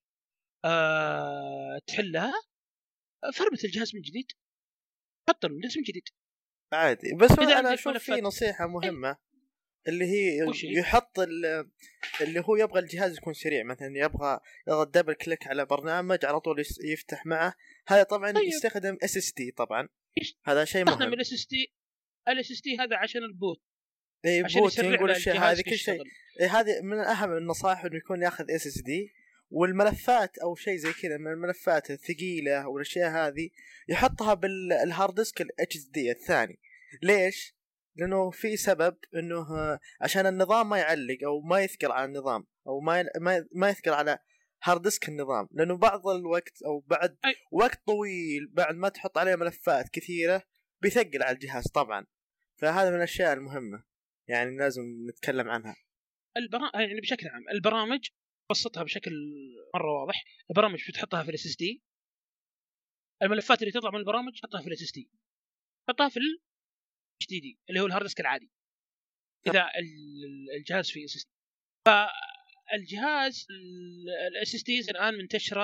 Speaker 3: أه تحلها، فرمت الجهاز من جديد، حط الويندوز من جديد
Speaker 1: عادي. بس انا اشوف في نصيحه مهمه ايه؟ اللي هي يحط اللي هو يبغى الجهاز يكون سريع، مثلا يبغى يضغط دبل كليك على برنامج على طول يفتح معه. هذا طبعا طيب. يستخدم اس اس دي طبعا، هذا شيء مهم.
Speaker 3: يستخدم الاس اس دي. الاس اس دي هذا عشان البوت،
Speaker 1: اي بوت يقول الشيء هذه كل شيء. هذه من اهم النصائح انه يكون ياخذ اس اس دي، والملفات او شيء زي كذا من الملفات الثقيله والاشياء هذه يحطها بالهارد ديسك الاتش دي الثاني. ليش؟ لانه في سبب انه عشان النظام ما يعلق او ما يثقل على النظام، او ما ما يثقل على هارد ديسك النظام، لانه بعض الوقت او بعد أي. وقت طويل بعد ما تحط عليه ملفات كثيره بيثقل على الجهاز طبعا. فهذا من الاشياء المهمه يعني لازم نتكلم عنها.
Speaker 3: البرا... يعني بشكل عام البرامج بسطها بشكل مره واضح. البرامج بتحطها في الاس اس دي، الملفات اللي تطلع من البرامج حطها في الاس اس دي، حطها في الاتش دي دي اللي هو الهارد ديسك العادي اذا الجهاز فيه اس اس دي. فالجهاز الاس اس دي الان منتشره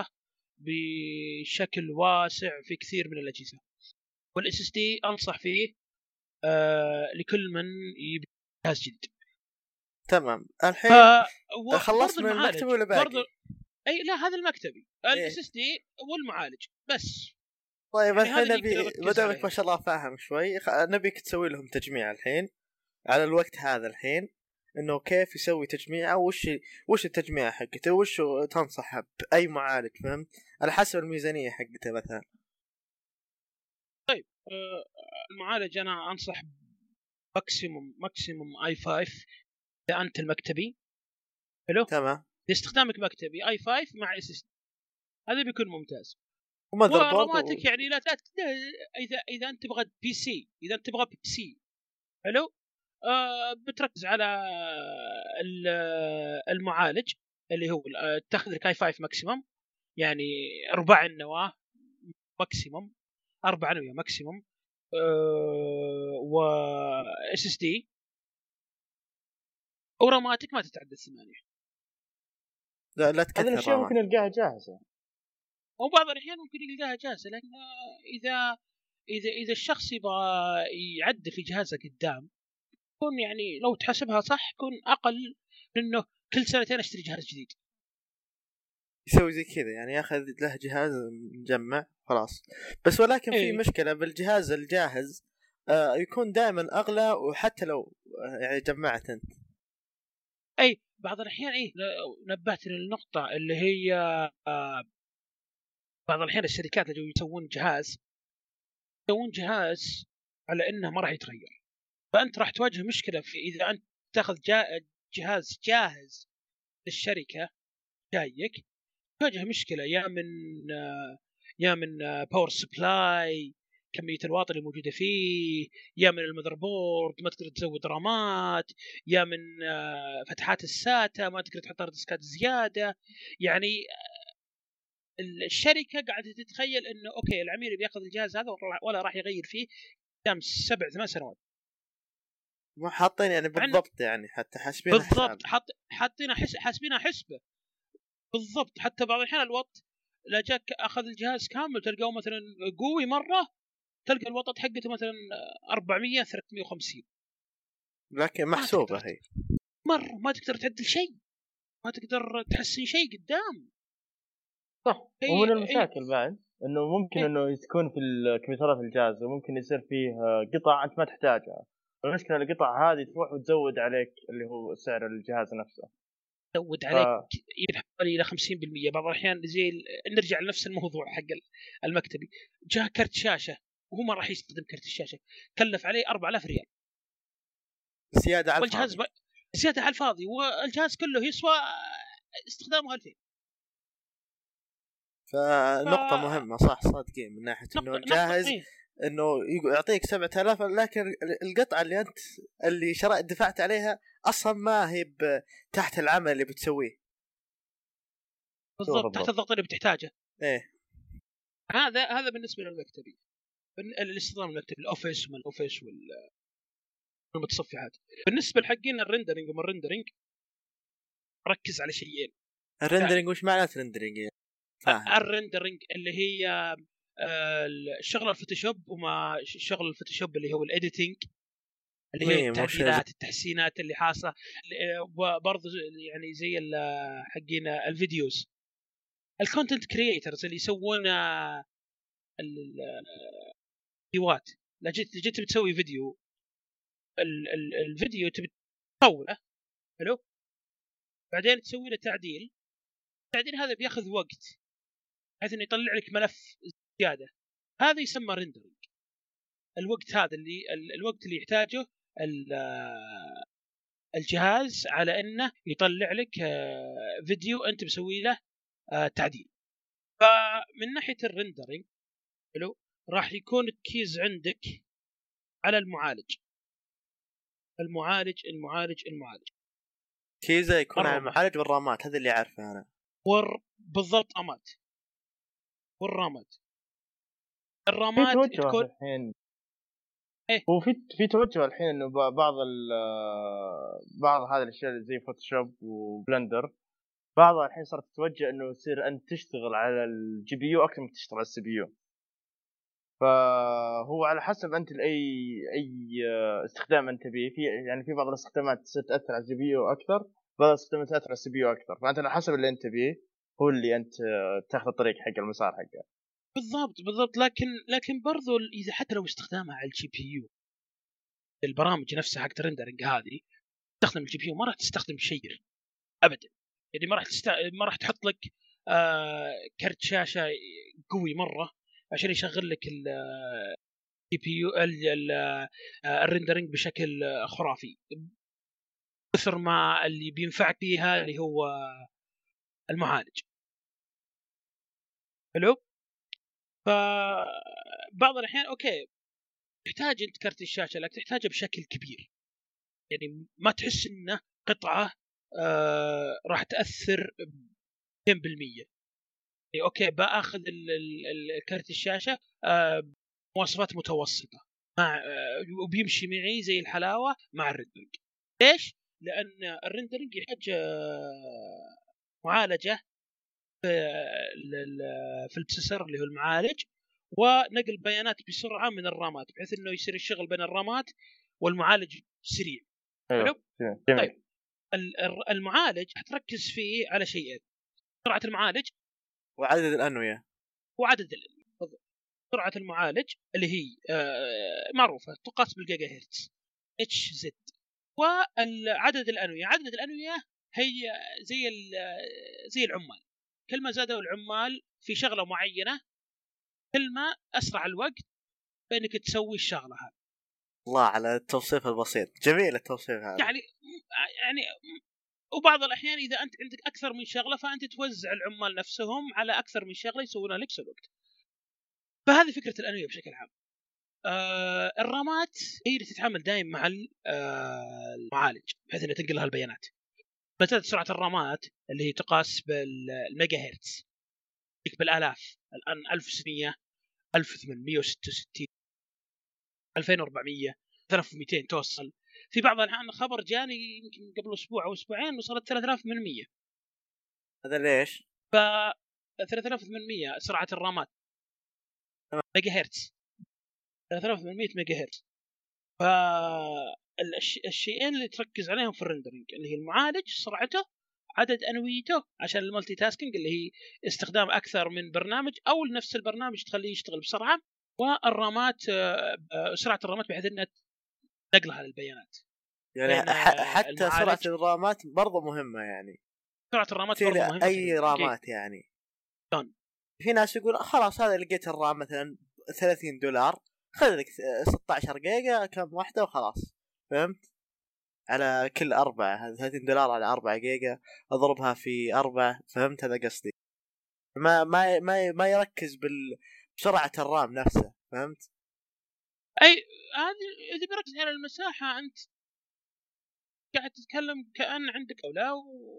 Speaker 3: بشكل واسع في كثير من الاجهزه، والاس اس دي انصح فيه آه لكل من يبي جهاز جديد.
Speaker 1: تمام. الحين
Speaker 3: ف...
Speaker 1: خلصت من المكتب ولا باقي؟ برضو...
Speaker 3: اي لا هذا المكتبي الاس اس دي والمعالج بس.
Speaker 1: طيب يعني الحين نبي بدأك ما شاء الله فاهم شوي، نبيك تسوي لهم تجميع الحين على الوقت هذا الحين، انه كيف يسوي تجميع او وش وش التجميع حقته، وش تنصح باي معالج، فهمت؟ على حسب الميزانيه حقته مثلا.
Speaker 3: طيب آه المعالج انا انصح ماكسيموم ماكسيموم اي خمسة اذا انت المكتبي. حلو
Speaker 1: تمام.
Speaker 3: لاستخدامك مكتبي اي خمسة مع اس اس دي هذا بيكون ممتاز.
Speaker 1: وراماتك
Speaker 3: و... يعني لا تأت... اذا اذا انت تبغى بي سي، اذا انت تبغى بي سي حلو آه بتركز على المعالج اللي هو تاخذ لك اي خمسة ماكسيمم، يعني ربع النواه ماكسيمم، اربع نواه ماكسيمم. أه و اس اس دي وراماتك ما تتعدى الثمانية.
Speaker 1: لا لا
Speaker 2: هذه
Speaker 1: تكثر
Speaker 2: الاشياء
Speaker 1: رامات.
Speaker 2: ممكن نلقاها جاهزه،
Speaker 3: وبعض الأحيان ممكن يلقاها جاهزة، لكن إذا إذا إذا الشخص يبغى يعدل في جهازه قدام يكون يعني لو تحسبها صح يكون أقل من إنه كل سنتين أشتري جهاز جديد.
Speaker 1: يسوي زي كذا يعني ياخذ له جهاز مجمع خلاص. بس ولكن في
Speaker 3: إيه.
Speaker 1: مشكلة بالجهاز الجاهز، آه يكون دائما أغلى، وحتى لو آه يعني جمعت أنت.
Speaker 3: أي بعض الأحيان إيه نبهت للنقطة اللي هي آه بعض الأحيان الشركات اللي يسوون جهاز يسوون جهاز على إنه ما راح يتغير، فأنت راح تواجه مشكلة في إذا أنت تأخذ جا جهاز جاهز للشركة جايك، تواجه مشكلة يا من آه يا من باور سبلاي كمية الواط اللي موجودة فيه، يا من المذربورد ما تقدر تزود رامات، يا من فتحات الساتا ما تقدر تحط ديسكات زيادة. يعني الشركة قاعدة تتخيل انه اوكي العميل بياخذ الجهاز هذا ولا راح يغير فيه قدام سبع ثمان سنوات.
Speaker 1: مو حاطين يعني بالضبط، يعني حتى حاسبين
Speaker 3: بالضبط حط حاطين حاسبينها حسبة بالضبط. حتى بعض الأحيان الوات لا جاك أخذ الجهاز كامل تلقاه مثلا قوي مرة، تلقى الوطط حقته مثلا أربعمية ثلاثمية وخمسين،
Speaker 1: لكن محسوبة هي
Speaker 3: مرة ما تقدر تعدل شيء، ما تقدر تحسن شيء قدام.
Speaker 2: صح. ومن المشاكل
Speaker 3: أي...
Speaker 2: بعد انه ممكن
Speaker 3: أي...
Speaker 2: انه تكون في الكمبيوترات الجهاز وممكن يصير فيه قطع انت ما تحتاجها، المشكله القطع هذه تروح وتزود عليك اللي هو سعر الجهاز نفسه،
Speaker 3: تزود عليك ف... حوالي الى خمسين بالمية بعض الاحيان. زي ال... نرجع لنفس الموضوع حق المكتبي، جاء كرت شاشه وهو ما راح يستخدم كرت الشاشه، كلف عليه أربعة آلاف ريال
Speaker 1: زياده على
Speaker 3: والجهاز
Speaker 1: الفاضي.
Speaker 3: ب... زياده على الفاضي، والجهاز كله يسوى استخدامه ألفين.
Speaker 1: فنقطة
Speaker 3: ف...
Speaker 1: مهمة صح صادقين من ناحية انه الجاهز
Speaker 3: إيه؟
Speaker 1: انه يعطيك سبعة آلاف، لكن القطعة اللي انت اللي شرأت دفعت عليها اصلا ما هي تحت العمل اللي بتسويه
Speaker 3: بالضبط، تحت الضغط اللي بتحتاجه.
Speaker 1: ايه
Speaker 3: هذا هذا بالنسبة للمكتبي، الاستخدام المكتبي الاوفيس ومن الاوفيس والمتصفحات. بالنسبة لحقين الرندرينج ومن الرندرينج ركز على شيئين.
Speaker 1: الرندرينج وش معناه الرندرينج؟
Speaker 3: الرندرينج اللي هي شغل الفوتوشوب وما شغل الفوتوشوب اللي هو الاديتنج اللي هي التعديلات التحسينات اللي حاصله، وبرضه يعني زي حقين الفيديوز الكونتنت كرييترز اللي يسوون الفيديوهات. لا جيت جيت بتسوي فيديو، ال ال الفيديو تبي تطوله حلو، بعدين تسوي له تعديل، التعديل هذا بياخذ وقت بحيث انه يطلع لك ملف زياده، هذا يسمى ريندرينج. الوقت هذا اللي الوقت اللي يحتاجه الجهاز على انه يطلع لك فيديو انت مسوي له تعديل. فمن ناحيه الريندرينج حلو راح يكون التركيز عندك على المعالج المعالج المعالج المعالج
Speaker 1: كيزا يكون على المعالج والرامات، هذا اللي عارفه انا.
Speaker 3: ور بالضبط امات والرامات. الرامات
Speaker 2: تكون الحين
Speaker 3: إيه؟
Speaker 2: هو في في توجه الحين انه بعض بعض هذه الاشياء زي فوتوشوب وبلندر بعضها الحين صارت تتوجه انه يصير انت تشتغل على الجي بي يو اكثر من تشتغل على السي بي يو، فهو على حسب انت اي اي استخدام انت تبيه. في يعني في بعض الاستخدامات تاثر على الجي بي يو اكثر، بعض الاستخدامات تاثر على السي بي يو اكثر، فانت على حسب اللي انت تبيه هو اللي انت تاخذ الطريق حق المسار حقه.
Speaker 3: بالضبط بالضبط. لكن لكن برضو اذا حتى لو استخدامها على الجي بي يو البرامج نفسها حق الرندرنج هذه تستخدم الجي بي يو، ما راح تستخدم شيء ابدا. يعني ما راح تست... ما راح تحط لك آه كرت شاشه قوي مره عشان يشغل لك الجي بي يو الرندرنج بشكل خرافي كثر ما اللي بينفعك فيها اللي هو المعالج حلو. فبعض الاحيان اوكي تحتاج انت كرت الشاشه لكن تحتاجه بشكل كبير، يعني ما تحس انه قطعه آه راح تاثر مئتين بالمئة. يعني اوكي باخذ الكرت الشاشه آه مواصفات متوسطه مع وبيمشي معي زي الحلاوه مع الريندرنج. ليش؟ لان الريندرنج يحتاج معالجه في في البروسيسور اللي هو المعالج، ونقل بيانات بسرعه من الرامات بحيث انه يصير الشغل بين الرامات والمعالج سريع.
Speaker 2: حلو.
Speaker 3: طيب المعالج حتركز فيه على شيئين: سرعه المعالج
Speaker 1: وعدد الانويه.
Speaker 3: وعدد الانويه سرعه المعالج اللي هي معروفه تقاس بالجيجا هرتز اتش زد، وعدد الانويه عدد الانويه هي زي زي العمال، كل ما زادوا العمال في شغله معينه كل ما اسرع الوقت بانك تسوي الشغله هذه.
Speaker 1: الله على التوصيف البسيط، جميل التوصيف هذا.
Speaker 3: يعني يعني وبعض الاحيان اذا انت عندك اكثر من شغله فانت توزع العمال نفسهم على اكثر من شغله يسوونها لك في الوقت. فهذه فكره الانويه بشكل عام. آه الرامات هي اللي تتعامل دائما مع آه المعالج بحيث انها تنقل لها البيانات. مثلا سرعه الرامات اللي هي تقاس بالميجا هرتز بالالاف، الان ألف وستمية ألف وثمانمية وستة وستين ألفين وأربعمية ثلاثة آلاف ومئتين توصل. في بعض الأحيان خبر جاني يمكن قبل أسبوع أو أسبوعين وصلت ثلاثة آلاف وثمانمية.
Speaker 1: هذا ليش؟
Speaker 3: ف ثلاثة آلاف وثمانمية سرعة الرامات ميجا هرتز، ثلاثة آلاف وثمانمية ميجا هرتز. فالشيئين اللي تركز عليهم في الرندرينج اللي هي المعالج سرعته، عدد أنويته عشان المالتي تاسكينج اللي هي استخدام أكثر من برنامج أو نفس البرنامج تخليه يشتغل بسرعة، والرامات سرعة الرامات بحيث أنها نقلها للبيانات.
Speaker 1: يعني حتى سرعة الرامات برضو مهمة. يعني
Speaker 3: سرعة الرامات برضو مهمة.
Speaker 1: أي رامات يعني
Speaker 3: دون.
Speaker 1: في ناس يقول خلاص هذا لقيت الرام مثلا ثلاثين دولار خذ لك ستة عشر جيجا كم واحدة وخلاص، فهمت؟ على كل أربعة ثلاثين دولار على أربعة جيجا أضربها في أربعة، فهمت هذا قصدي؟ ما ما ما ما يركز بسرعة الرام نفسه، فهمت؟
Speaker 3: أي هذه إذا بركز على المساحة أنت قاعد تتكلم كأن عندك أولى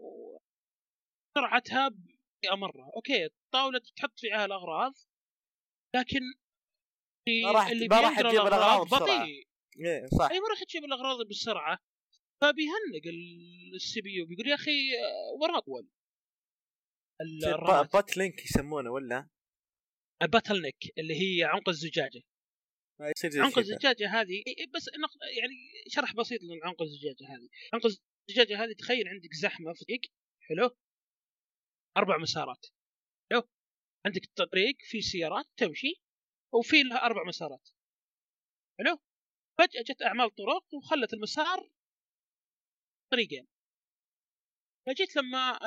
Speaker 3: وسرعتها بأمرها. أوكي الطاولة تحط فيها الأغراض لكن
Speaker 1: ما راح
Speaker 3: اللي
Speaker 1: ما راح
Speaker 3: تجيب
Speaker 1: الأغراض,
Speaker 3: الأغراض
Speaker 1: بسرعة.
Speaker 3: إيه
Speaker 1: صح.
Speaker 3: أي ما راح تجيب الأغراض بسرعة، فبيهنق السي بي يو بيقول يا أخي ورا أطول.
Speaker 1: بات لينك يسمونه ولا
Speaker 3: باتل نيك اللي هي عنق الزجاجة. عنق الزجاجة هذه بس يعني شرح بسيط لعن عنق الزجاجة هذه. عنق الزجاجة هذه تخيل عندك زحمة في طريق حلو أربع مسارات، حلو عندك طريق في سيارات تمشي وفي لها أربع مسارات، حلو فجأة جت أعمال طرق وخلت المسار طريقين. فجيت لما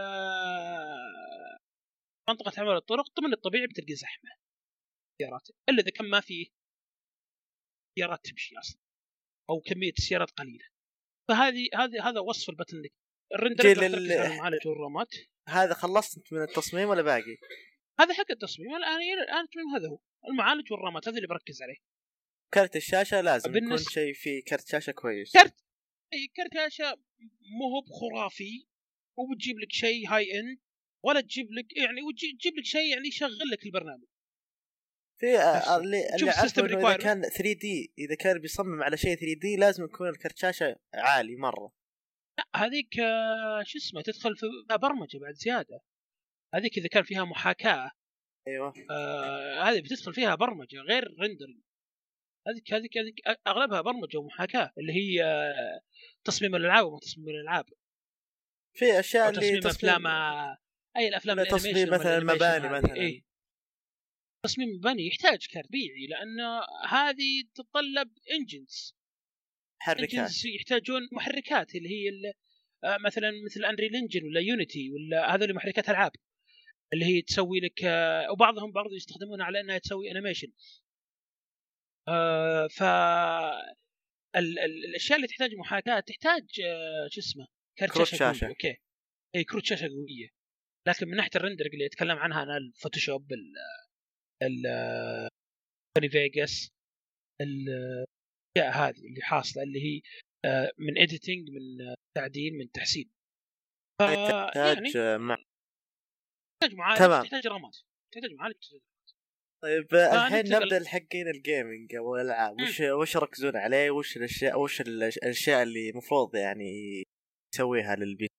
Speaker 3: منطقة عمل الطرق من الطبيعي بتلقى زحمة سيارات إلا إذا كان ما في سيارات تمشي أصلا أو كمية السيارات قليلة. فهذه هذه هذا وصف الباتل نيك. الرندر تركز على المعالج والرامات.
Speaker 1: هذا خلصت من التصميم ولا باقي؟
Speaker 3: هذا حق التصميم الآن الآن التصميم هذا هو المعالج والرامات، هذا اللي بركز عليه.
Speaker 1: كرت الشاشة لازم
Speaker 3: بالنس...
Speaker 1: يكون شيء فيه كرت شاشة كويس.
Speaker 3: كرت أي كرت شاشة مو هو بخرافي وبتجيب لك شيء هاي إند ولا تجيب لك يعني وتجيب لك شيء يعني يشغل لك البرنامج.
Speaker 1: في اللي اللي عارفه إذا كان ثري دي إذا كان بيصمم على شيء ثري دي لازم يكون الكرت شاشة عالي مرة.
Speaker 3: لا هذيك شو اسمه تدخل في برمجة بعد زيادة. هذيك إذا كان فيها محاكاة
Speaker 1: أيوة
Speaker 3: آه هذه بتدخل فيها برمجة غير ريندرينج. هذيك هذيك هذيك أغلبها برمجة ومحاكاة اللي هي آه تصميم الألعاب وما تصميم الألعاب.
Speaker 1: في أشياء اللي
Speaker 3: تصميم أفلام أي الأفلام
Speaker 1: تصميم مثلا مباني مثلا
Speaker 3: إيه؟ تصميم مباني يحتاج كرت بيعي لأن هذه تتطلب إنجنز
Speaker 1: محركات
Speaker 3: يحتاجون محركات اللي هي آه مثلا مثل أنريل إنجن ولا يونيتي ولا هذول محركات ألعاب اللي هي تسوي لك آه وبعضهم بعض يستخدمونها على أنها تسوي أنيميشن. آه ف ال- ال- الاشياء اللي تحتاج محاكاه تحتاج آه شو اسمه كرت شاشه, شاشة. اوكي اي كروت شاشه قويه. لكن من ناحيه الرندر اللي يتكلم عنها انا الفوتوشوب ال ال سوني فيغاس الاشياء هذه اللي حاصله اللي هي آه من اديتنج من تعديل من تحسين.
Speaker 1: تحتاج
Speaker 3: يعني
Speaker 1: مع...
Speaker 3: تحتاج معالج تحتاج رامات تحتاج معالج
Speaker 1: طيب الحين
Speaker 3: فننتقل-
Speaker 1: نبدا الحقين الجيمنج او الالعاب،
Speaker 3: مم.
Speaker 1: وش وش يركزون عليه؟ وش الاشياء وش الأش- الاشياء اللي المفروض يعني تسويها للبي؟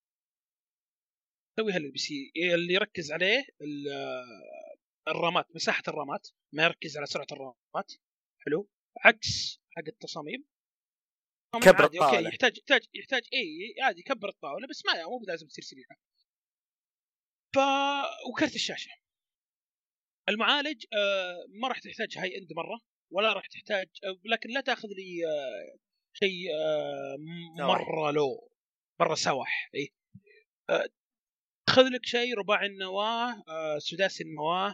Speaker 3: يسويها للبي سي اللي يركز عليه ال- الرامات، مساحه الرامات، ما يركز على سرعه الرامات. حلو، عكس حق التصاميم. تصاميم
Speaker 1: كبر
Speaker 3: عادي اوكي،
Speaker 1: الطاولة.
Speaker 3: يحتاج يحتاج يحتاج اي عادي يكبر الطاوله، بس ما مو لازم تصير سريعه. ف وكرت الشاشه، المعالج آه ما راح تحتاج هاي اند مره، ولا راح تحتاج آه لكن لا تاخذ لي آه شيء آه
Speaker 1: سواح.
Speaker 3: مره لو مره سواح. اي آه خذ لك شيء رباعي النواه آه سداسي النواه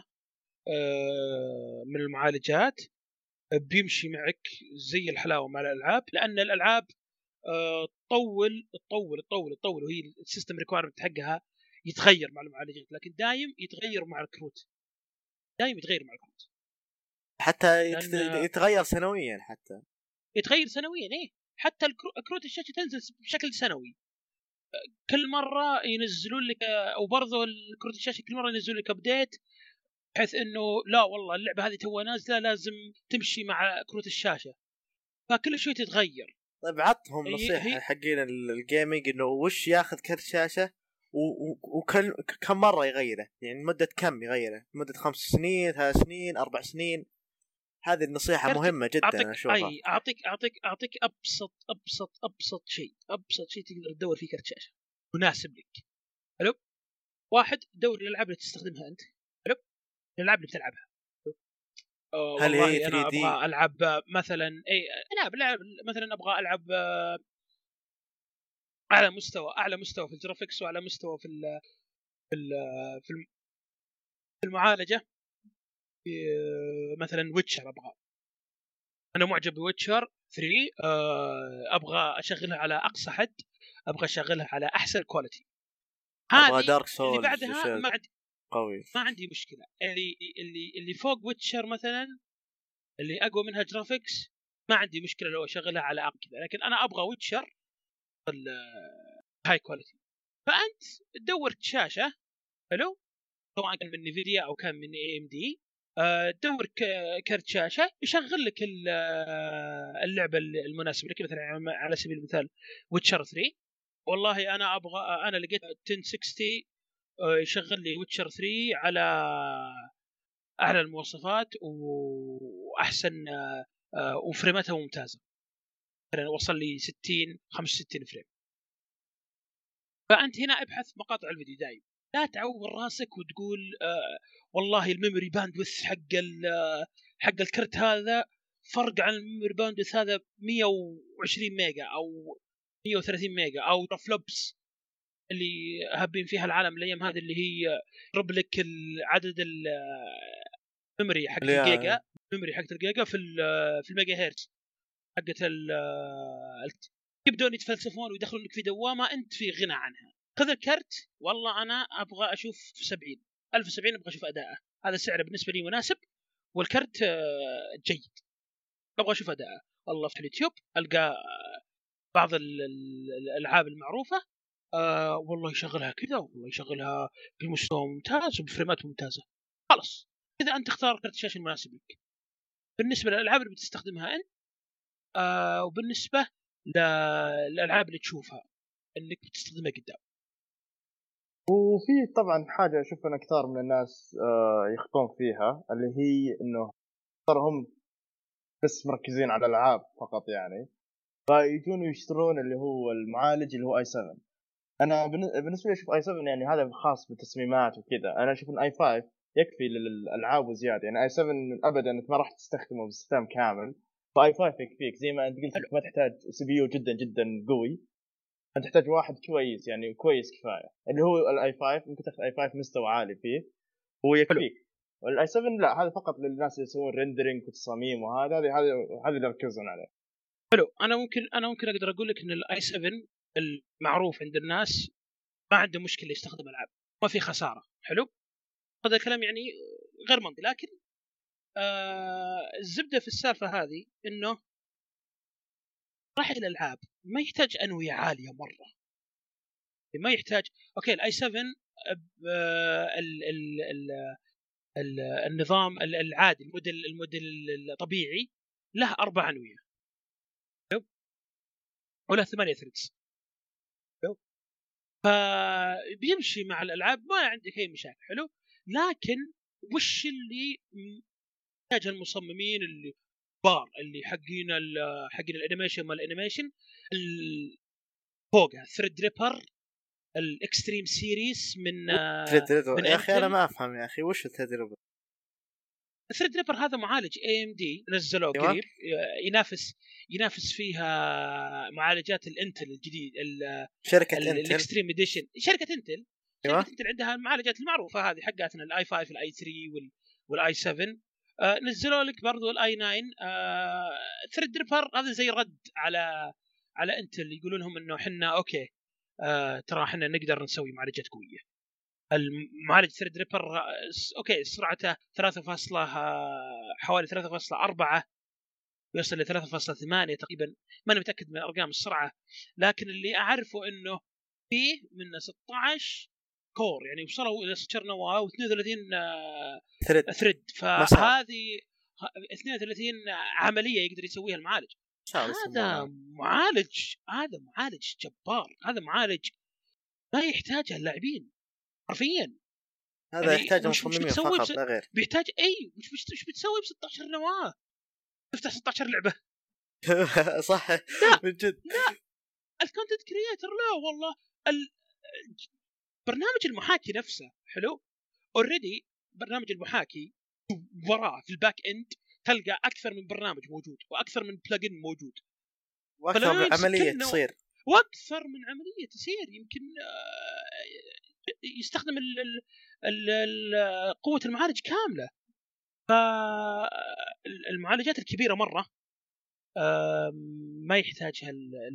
Speaker 3: آه من المعالجات، بيمشي معك زي الحلاوه مع الالعاب، لان الالعاب آه تطول تطول تطول تطول وهي السيستم ريكوايرمنت حقها يتغير مع المعالجات، لكن دايم يتغير مع الكروت، دايم يتغير مع الكروت،
Speaker 1: حتى يت-
Speaker 3: لان
Speaker 1: يتغير سنويا حتى.
Speaker 3: يتغير سنويا. ايه حتى الكرو- كروت الشاشه تنزل بشكل سنوي، كل مره ينزلون لك، او برضو الكروت الشاشه كل مره ينزلون لك ابديت، بحيث انه لا والله اللعبه هذه توها نازله لازم تمشي مع كروت الشاشه، فكل شوي تتغير.
Speaker 1: طيب عطهم
Speaker 3: هي
Speaker 1: نصيحة
Speaker 3: هي
Speaker 1: حقين ال- الجيمنج انه وش ياخذ كرت شاشة و- و- وكل كم مرة يغيره، يعني مدة كم يغيره؟ مدة خمس سنين، ثلاث سنين، أربع سنين؟ هذه النصيحة
Speaker 3: كرت-
Speaker 1: مهمة جدا
Speaker 3: اعطيك
Speaker 1: أنا أشوفها.
Speaker 3: اي اعطيك اعطيك اعطيك ابسط ابسط ابسط شيء ابسط شيء تقدر تدور فيه كرت شاشه مناسب لك. حلو، واحد دور الالعاب اللي تستخدمها انت. حلو، الالعاب اللي بتلعبها. آه
Speaker 1: هل هي
Speaker 3: والله انا
Speaker 1: ثري دي؟
Speaker 3: ابغى العب مثلا اي العاب العاب مثلا ابغى العب آه، اعلى مستوى اعلى مستوى في الجرافيكس، واعلى مستوى في ال في ال في الم- في المعالجه. آه، مثلا ويتشر ابغى، انا معجب بويتشر ثري، آه، ابغى اشغلها على اقصى حد، ابغى اشغلها على احسن كواليتي.
Speaker 1: أبغى
Speaker 3: هذه
Speaker 1: دارك
Speaker 3: اللي
Speaker 1: سولز
Speaker 3: بعدها ما عندي
Speaker 1: قوي.
Speaker 3: ما عندي مشكله. اللي اللي اللي فوق ويتشر مثلا اللي اقوى منها جرافيكس ما عندي مشكله لو اشغلها على اقل كذا، لكن انا ابغى ويتشر هاي كواليتي. فانت تدور شاشه حلو، سواء كان من نيفيديا او كان من اي ام دي، تدور كرت شاشه يشغل لك اللعبه المناسبه لك، مثلا على سبيل المثال ويتشر ثري. والله انا ابغى، انا لقيت عشرة ستين يشغل لي ويتشر ثري على اعلى المواصفات واحسن وفريماتها ممتازه، مثلا وصل لي ستين خمسة وستين فريم. فانت هنا ابحث مقاطع الفيديو دايم، لا تعور راسك وتقول آه والله الميموري باندوث حق حق الكرت هذا فرق عن الميموري باندوث هذا مية وعشرين ميجا او مية وثلاثين ميجا، او فلوبس اللي هابين فيها العالم الايام هذه اللي هي يضرب لك عدد الميموري حق الجيجا، الميموري حق الجيجا في في الميجا هرتز حقت ال يبدون يتفلسفون ويدخلون لك في دوامه انت في غنى عنها. خذ الكرت، والله انا ابغى اشوف سبعين ألف وسبعين، ابغى اشوف اداءه، هذا سعره بالنسبه لي مناسب والكرت جيد، ابغى اشوف اداءه. والله في اليوتيوب القى بعض الالعاب المعروفه آه والله يشغلها كذا، والله يشغلها بمستوى ممتاز وبفريمات ممتازه. خلاص اذا انت اختار كرت الشاشه المناسب لك بالنسبه للالعاب اللي بتستخدمها انت، آه وبالنسبه للالعاب اللي تشوفها انك بتستخدمها قدام.
Speaker 2: وفي طبعا حاجه اشوف ان كثار من الناس آه يخطون فيها، اللي هي انه ترى هم بس مركزين على الالعاب فقط، يعني فيجون يشترون اللي هو المعالج اللي هو اي سبعة. انا بالنسبه لي اشوف اي سبعة يعني هذا خاص بالتصميمات وكذا، انا اشوف ان اي خمسة يكفي للالعاب وزياده. يعني اي سبعة ابدا انت ما راح تستخدمه باستخدام كامل، فاي خمسة يكفيك. زي ما انت قلت ما تحتاج سي بي يو جدا جدا قوي، انت تحتاج واحد كويس، يعني كويس كفايه، اللي هو الاي خمسة ممكن تاخذ اي خمسة مستوى عالي فيه هو يكفيك. والاي سبعة لا، هذا فقط للناس اللي يسوون ريندرينج وتصاميم، وهذا هذه هذه هذه اللي يركزون عليه.
Speaker 3: حلو، انا ممكن انا ممكن اقدر اقول لك ان الاي سبعة المعروف عند الناس ما عنده مشكله يستخدم العاب، ما في خساره. حلو، هذا الكلام يعني غير منطقي، لكن آه الزبده في السالفه هذه انه راح الالعاب ما يحتاج انويه عاليه مره، ما يحتاج. اوكي الاي سبعة النظام العادي الموديل الموديل الطبيعي له أربع أنوية ولا ثمانية ثريدز، فبيمشي مع الألعاب ما عندك أي مشاكل. حلو، لكن وش اللي يحتاج المصممين اللي بار اللي حقين حقين الانيميشن مال الانيميشن فوقها ثريد ريبر الاكستريم سيريز من,
Speaker 1: من يا اخي انا ما افهم يا اخي وش الثريد ريبر.
Speaker 3: الثريد ريبر هذا معالج اي ام دي نزلوه قريب ينافس ينافس فيها معالجات الانتل الجديد
Speaker 1: شركه انتل
Speaker 3: الاكستريم اديشن. شركه انتل شركه انتل عندها المعالجات المعروفه هذه حقاتنا الاي خمسة الاي ثلاثة والاي سبعة. آه نزلوا لك برضو الاي تسعة. آه ثريد ريبر هذا زي رد على على انتل يقولون لهم انه احنا اوكي آه ترى احنا نقدر نسوي معالجات قويه. المعالج ثريد ريبر اوكي سرعته ثلاثة فاصلة حوالي ثلاثة فاصلة أربعة يوصل ل ثلاثة فاصلة ثمانية تقريبا، ما انا متاكد من ارقام السرعه، لكن اللي اعرفه انه فيه من ستة عشر كور يعني وصلوا الى ستة عشر نواه واثنين وثلاثين ثريد, ثريد. فهذه اثنين وثلاثين عمليه يقدر يسويها المعالج. هذا معالج هذا معالج جبار، هذا معالج ما يحتاجه اللاعبين حرفيا.
Speaker 1: هذا يعني يحتاج مصممين فقط بس... لا غير.
Speaker 3: بيحتاج اي مش مش بتسوي ب ستة عشر نواه تفتح ستة عشر لعبه
Speaker 1: صح من جد.
Speaker 3: لا الكونتنت كرييتر لا والله ال... برنامج المحاكي نفسه حلو اوريدي. برنامج المحاكي وراه في الباك اند تلقى اكثر من برنامج موجود واكثر من بلجن موجود
Speaker 1: واكثر من عمليه تصير
Speaker 3: واكثر من عمليه تصير يمكن يستخدم ال ال ال قوه المعالج كامله. فالمعالجات الكبيره مره ما يحتاجها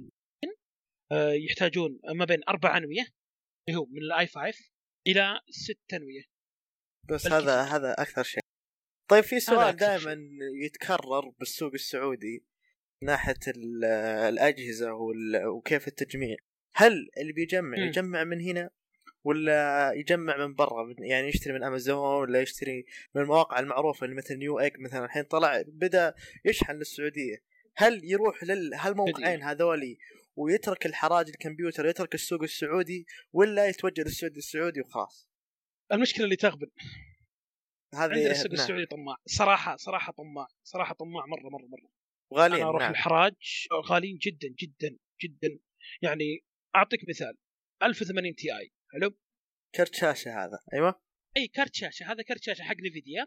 Speaker 3: يحتاجون ما بين أربع أنوية اللي هو من الاي خمسة إلى ست أنوية
Speaker 1: بس. هذا هذا أكثر شيء. طيب في سؤال دائما يتكرر بالسوق السعودي من ناحية الأجهزة وكيف التجميع، هل اللي بيجمع م. يجمع من هنا ولا يجمع من برا؟ يعني يشتري من أمازون ولا يشتري من المواقع المعروفة اللي مثل نيو إيج مثلا الحين طلع بدأ يشحن للسعودية، هل يروح لهالموقعين هذولي ويترك الحراج الكمبيوتر يترك السوق السعودي ولا يتوجه للسوق السعودي وخلاص؟
Speaker 3: المشكلة اللي تغبن
Speaker 1: هذه
Speaker 3: عندنا السوق السعودي طماع صراحة صراحة طماع صراحة طماع مرة مرة مرة
Speaker 1: غاليين.
Speaker 3: أنا أروح
Speaker 1: نعم.
Speaker 3: الحراج غاليين جدا جدا جدا. يعني أعطيك مثال ألف وثمانين تي آي حلو
Speaker 1: كرت شاشة هذا. أيوة
Speaker 3: أي كرت شاشة هذا كرت شاشة حق نفيديا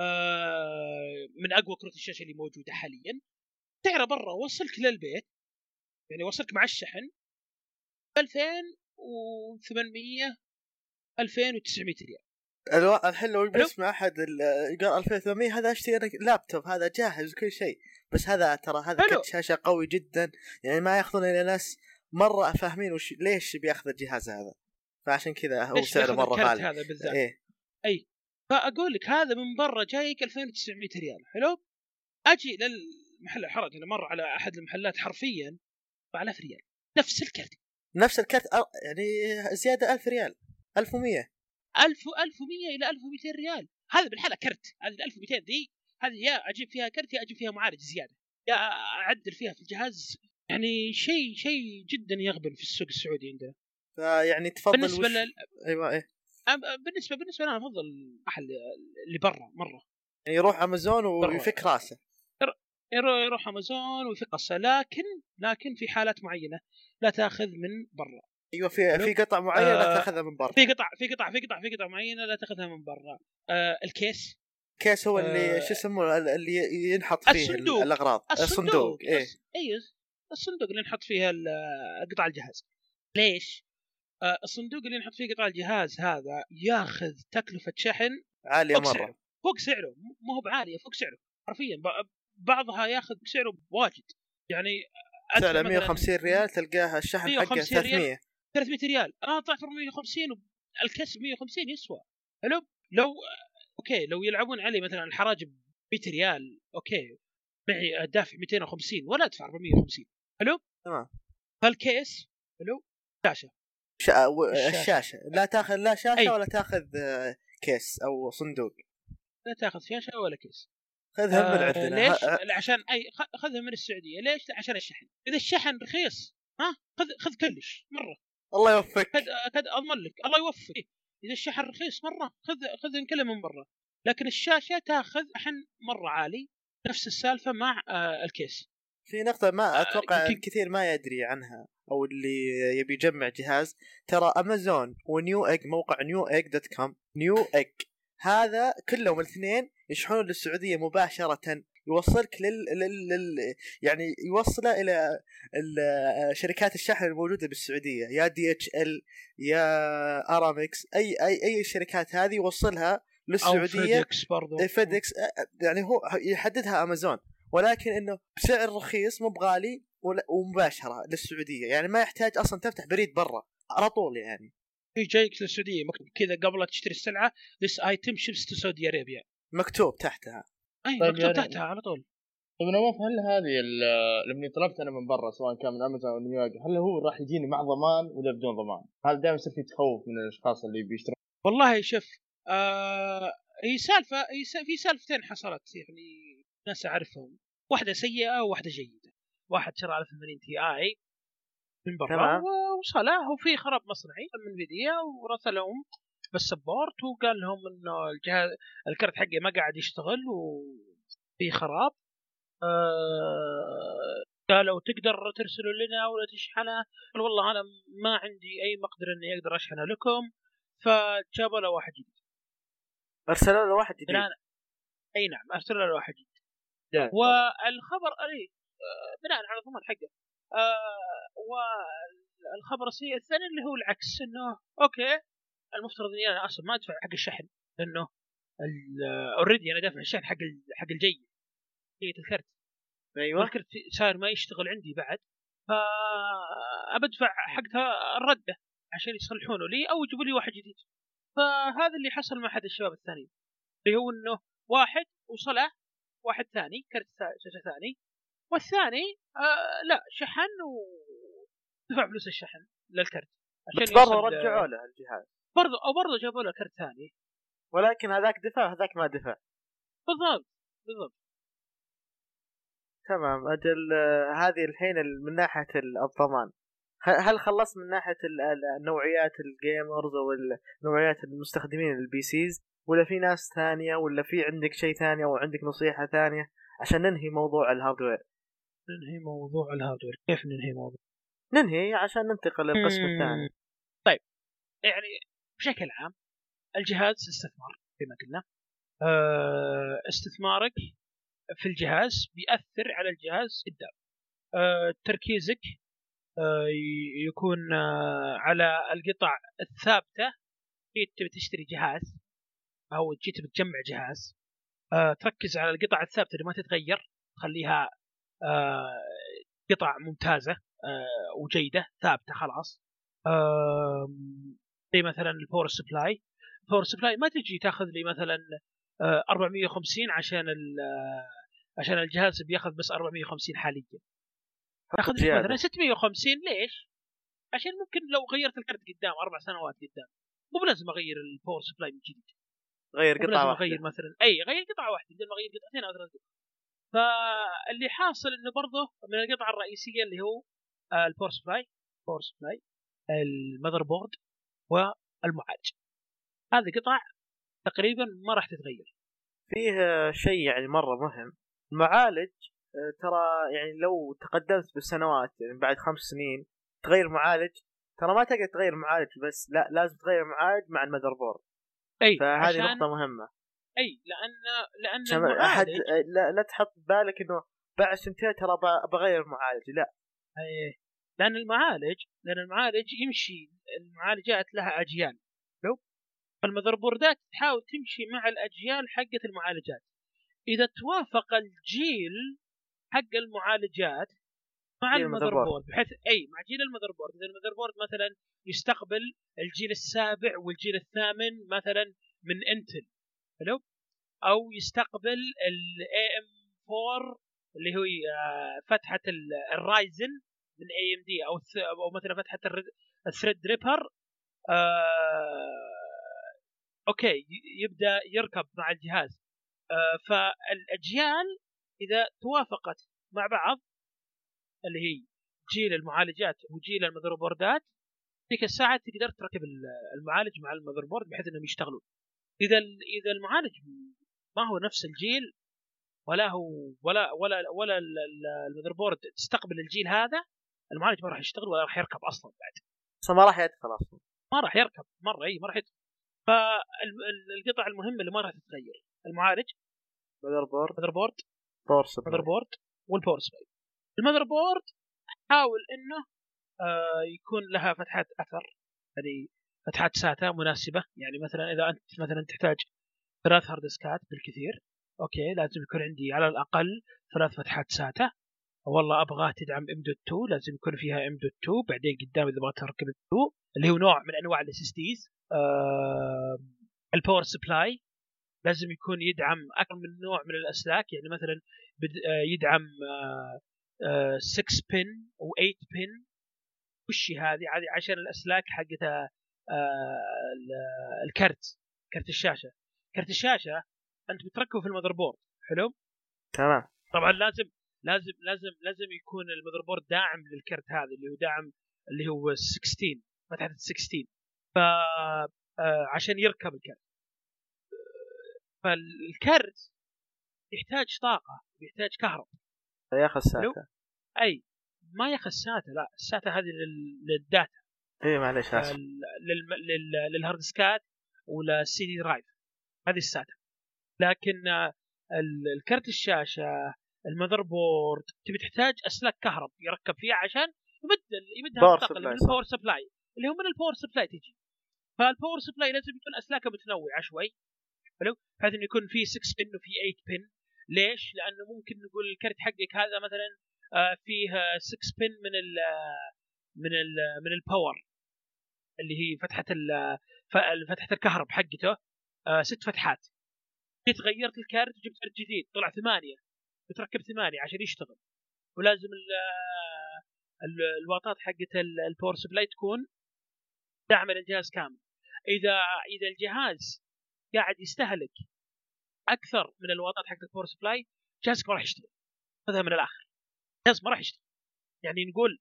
Speaker 3: آه من أقوى كروت الشاشة اللي موجودة حاليا. سعره برا وصلك للبيت يعني وصلك مع الشحن ألفين وثمانمية ألفين وتسعمية ريال.
Speaker 1: الحين لو بسمع أحد قال ألفين وثمانمية هذا أشتري أنا لابتوب هذا جاهز كل شيء، بس هذا ترى هذا كرت شاشة قوي جدا يعني ما يأخذون إلى ناس مرة فاهمين وش ليش بيأخذ الجهاز هذا، فعشان كذا هو سعره مرة غالي
Speaker 3: هذا بالذات.
Speaker 1: إيه؟
Speaker 3: أي فأقول لك هذا من برا جايك ألفين وتسعمية ريال حلو. أجي للمحل الحرج أنا مر على أحد المحلات حرفيا ألف ريال نفس الكرت
Speaker 1: نفس الكرت يعني زيادة ألف ريال ألف ومية
Speaker 3: ألف ألف ومية إلى ألف ومئتين ريال. هذا بالحالة كرت هذه ألف ومئتين دي هذه يا أجيب فيها كرت يا أجيب فيها معالج زيادة يا أعدل فيها في الجهاز. يعني شيء شيء جدا يغبن في السوق السعودي عندنا.
Speaker 1: فيعني تفضل
Speaker 3: بالنسبة
Speaker 1: وش...
Speaker 3: لل...
Speaker 1: أيوة إيه
Speaker 3: بالنسبة بالنسبة أنا أفضل المحل اللي برا مرة
Speaker 1: يعني يروح أمازون ويفك راسه
Speaker 3: يروح أمازون ويفك راسه لكن لكن في حالات معينة لا تأخذ من برا.
Speaker 1: ايوه في في قطع معينه آه لا تاخذها من برا.
Speaker 3: في قطع في قطع في قطع في قطع معينه لا تاخذها من برا. آه الكيس
Speaker 1: كيس هو اللي آه شو اسمه اللي ينحط فيه
Speaker 3: الصندوق.
Speaker 1: الاغراض
Speaker 3: الصندوق,
Speaker 1: الصندوق. ايه
Speaker 3: ايوه الصندوق اللي نحط فيها قطع الجهاز. ليش آه الصندوق اللي نحط فيه قطع الجهاز هذا ياخذ تكلفه شحن
Speaker 1: عاليه مره
Speaker 3: سعره. فوق سعره مو هو بعاليه فوق سعره حرفيا. بعضها ياخذ سعره واجد يعني
Speaker 1: سعره مية وخمسين ريال تلقاها الشحن حقه ثلاثمية
Speaker 3: ثلاثمية ريال. انا طلعت مية وخمسين والكسب مية وخمسين يسوى حلو. لو اوكي لو يلعبون علي مثلا الحراج ب مية ريال اوكي معي دافع مئتين وخمسين ولا ادفع أربعمية وخمسين حلو
Speaker 1: تمام.
Speaker 3: فالكيس حلو شاشه
Speaker 1: شا... و... الشاشه. الشاشه لا تاخذ لا شاشه أي. ولا تاخذ كيس او صندوق
Speaker 3: لا تاخذ شاشه ولا كيس.
Speaker 1: خذها من
Speaker 3: آه
Speaker 1: عندنا.
Speaker 3: ليش؟
Speaker 1: ه-
Speaker 3: عشان اي خ- خذها من السعوديه. ليش؟ عشان الشحن. اذا الشحن رخيص ها خذ خذ كلش مره.
Speaker 1: الله يوفقك.
Speaker 3: كد كد اضمن لك الله يوفق. اذا الشحن رخيص مره خذ خذ نكلم من برا. لكن الشاشه تاخذ شحن مره عالي. نفس السالفه مع آه الكيس.
Speaker 1: في نقطة ما أتوقع
Speaker 3: يمكن-
Speaker 1: الكثير ما يدري عنها أو اللي يبي يجمع جهاز. ترى أمازون ونيو إيج، موقع نيو إيج دوت كوم، نيو إيج هذا كلهم الاثنين يشحنون للسعودية مباشرة. يوصلك لل... لل... لل... يعني يوصله إلى ال... شركات الشحن الموجودة بالسعودية، يا دي اتش ال يا ارامكس، أي أي أي الشركات هذه يوصلها
Speaker 3: او
Speaker 1: للسعودية.
Speaker 3: فيدكس برضو.
Speaker 1: فيدكس يعني هو يحددها أمازون، ولكن انه بسعر رخيص مو بغالي ومباشره للسعوديه، يعني ما يحتاج اصلا تفتح بريد برا على طول. يعني
Speaker 3: في جايك للسعوديه مكتوب كذا قبل لا تشتري السلعه this item ships to Saudi Arabia.
Speaker 1: مكتوب تحتها.
Speaker 3: اي
Speaker 2: طيب
Speaker 3: مكتوب
Speaker 2: يعني-
Speaker 3: تحتها على طول.
Speaker 2: طيب نواف، هل هذه ال- لما طلبت انا من برا سواء كان من امازون او نيويورك، هل هو راح يجيني مع ضمان ولا بدون ضمان؟ هذا دائما يصير في تخوف من الاشخاص اللي بيشترون.
Speaker 3: والله شوف آه هي سالفه هي س- في سالفتين حصلت يعني ناس اعرفهم، واحده سيئه وواحده جيده. واحد شرى على ثمانين تي اي من برا
Speaker 1: تمام.
Speaker 3: ووصله وفي خراب مصنعي من فيديا ورسلهم بالسبورت وقال لهم انه الجهاز الكرت حقي ما قاعد يشتغل وفي خراب. آه قالوا تقدر ترسلوا لنا ولا تشحنه؟ قال والله انا ما عندي اي مقدره اني اقدر اشحنه لكم. فجابوا له واحد جديد.
Speaker 1: ارسلوا له واحد جديد.
Speaker 3: بناء اي نعم ارسلوا له واحد جديد.
Speaker 1: جاي.
Speaker 3: والخبر أري آه بناء على الضمان حقه. آه والخبر السيء الثاني اللي هو العكس، انه اوكي المفترض اني انا اصلا ما ادفع حق الشحن، لانه اوريدي انا دافع الشحن حق حق الجيد جيد الكرت.
Speaker 1: ايوه
Speaker 3: الكرت صار ما يشتغل عندي بعد، فابدفع حقها الرده عشان يصلحونه لي او يجيبوا لي واحد جديد. فهذا اللي حصل مع احد الشباب الثاني، اللي هو انه واحد وصله واحد ثاني كرت شاشه ثاني، والثاني آه لا شحن ودفع فلوس الشحن للكرت
Speaker 1: بس برضه رجعوا له الجهاز
Speaker 3: برضه او برضه جابوا له كرت ثاني،
Speaker 1: ولكن هذاك دفع هذاك ما دفع.
Speaker 3: بالضبط بالضبط.
Speaker 1: تمام. اجل آه، هذه الحين من ناحيه الضمان. هل خلص من ناحيه النوعيات الجيمرز او نوعيات المستخدمين البي سيز، ولا في ناس ثانيه، ولا في عندك شيء ثاني او عندك نصيحه ثانيه عشان ننهي موضوع الهاردوير؟
Speaker 3: ننهي موضوع الهاردوير كيف ننهي موضوع؟
Speaker 1: ننهي عشان ننتقل للقسم الثاني.
Speaker 3: طيب يعني بشكل عام الجهاز استثمار كما قلنا. أه استثمارك في الجهاز بيأثر على الجهاز قدام. أه تركيزك أه يكون أه على القطع الثابتة. جيت تبي تشتري جهاز أو جيت بتجمع جهاز، أه تركز على القطع الثابتة اللي ما تتغير، تخليها أه قطع ممتازة أه وجيدة ثابتة خلاص. أه زي مثلا الباور سبلاي. الباور سبلاي ما تجي تاخذ لي مثلا أه أربعمية وخمسين عشان عشان الجهاز بياخذ بس أربعمية وخمسين حاليا، تاخذ لي مثلا ستمية وخمسين. ليش؟ عشان ممكن لو غيرت الكرت قدام اربع سنوات قدام مو لازم اغير الباور سبلاي من جديد،
Speaker 1: غير قطعه واحده،
Speaker 3: اغير مثلا اي غير قطعه واحده بدل ما اغير قطعتين او ثلاث قطع. فاللي حاصل انه برضه من القطع الرئيسيه اللي هو الباور سبلاي باور سبلاي المذر بورد والمعالج. هذه قطع تقريبا ما راح تتغير.
Speaker 1: فيه شيء يعني مره مهم، المعالج. ترى يعني لو تقدمت بالسنوات يعني بعد خمس سنين تغير معالج، ترى ما تقدر تغير معالج بس، لا لازم تغير معالج مع المذر بورد.
Speaker 3: اي
Speaker 1: فهذه
Speaker 3: عشان...
Speaker 1: نقطة مهمة.
Speaker 3: اي لان لان
Speaker 1: المعالج أحد... لا, لا تحط بالك انه بعد سنتين ترى بغير معالج، لا.
Speaker 3: اي لان المعالج لان المعالج يمشي، المعالجات لها اجيال، لو المذر بوردات تحاول تمشي مع الاجيال حقه المعالجات. اذا توافق الجيل حق المعالجات مع المذر بورد بحيث اي مع جيل المذر بورد، اذا المذر بورد مثلا يستقبل الجيل السابع والجيل الثامن مثلا من انتل، حلو، او يستقبل الاي ام أربعة اللي هو فتحه الرايزن من اي ام دي، او او مثلا فتحه الثريد ريبر، آه... اوكي يبدا يركب مع الجهاز آه فالاجيال اذا توافقت مع بعض اللي هي جيل المعالجات وجيل المذربوردات، تلك الساعه تقدر تركب المعالج مع المذربورد بحيث انهم يشتغلون. اذا اذا المعالج ما هو نفس الجيل ولا هو ولا ولا ولا المذربورد تستقبل الجيل هذا، المعالج ما راح يشتغل ولا راح يركب اصلا بعد.
Speaker 1: ما راح يدخل اصلا،
Speaker 3: ما راح يركب مره، اي ما راح يدخل. فالقطع المهمه اللي ما راح تتغير المعالج،
Speaker 1: مذربورد
Speaker 3: مذربورد
Speaker 1: باور
Speaker 3: مذربورد والباور سبلاي. المذربورد حاول انه آه يكون لها فتحات اثر، يعني فتحات ساتا مناسبه. يعني مثلا اذا انت مثلا تحتاج ثلاث هارد ديسكات بالكثير، اوكي لازم يكون عندي على الاقل ثلاث فتحات ساتا. والله ابغاه تدعم ام دوت اثنين، لازم يكون فيها ام دوت اثنين. بعدين قدام اذا بغيت تركب اثنين اللي هو نوع من انواع الاس اس ديز. آه الباور سبلاي لازم يكون يدعم اكثر من نوع من الاسلاك، يعني مثلا يدعم ستة بن او ثمانية بن. وش هذه؟ عشان الاسلاك حقتها الكرت، كرت الشاشه. كرت الشاشه انت بتركبه في المذربورد، حلو
Speaker 1: تمام.
Speaker 3: طبعا لازم لازم لازم لازم يكون المذربورد داعم للكرت هذا اللي هو داعم اللي هو ستة عشر فتحه ستة عشر، ف عشان يركب الكرت. فالكرت يحتاج طاقه، يحتاج كهرباء،
Speaker 1: ياخذ ساتا.
Speaker 3: اي ما ياخذ ساتا، لا الساتا هذه للداتا.
Speaker 1: اي معليش اسف.
Speaker 3: للهارد ديسكات ولا سي دي درايف، هذه الساتا. لكن الكرت الشاشه المذربورد تبي تحتاج اسلاك كهرب يركب فيها عشان يبدل يمدها الطاقه من الباور سبلاي اللي هو من الباور سبلاي تجي. فالباور سبلاي لازم يكون اسلاكه متنوعه شوي، حلو، بحيث انه يكون في ستة بن وفي ثمانية بن. ليش؟ لانه ممكن نقول الكرت حقك هذا مثلا فيه ستة بن من ال من ال من الباور اللي هي فتحه فتحه الكهرب حقته ست فتحات. جيت غيرت الكارت وجبت كارت جديد طلع ثمانية، بتركب ثمانية عشان يشتغل. ولازم ال ال الواطات حقت الباور سبلاي تكون داعمه للجهاز كامل. اذا اذا الجهاز قاعد يستهلك اكثر من الواطات حقت الباور سبلاي، جهازك ما راح يشتغل. خذها من الاخر، الجهاز ما راح يشتغل. يعني نقول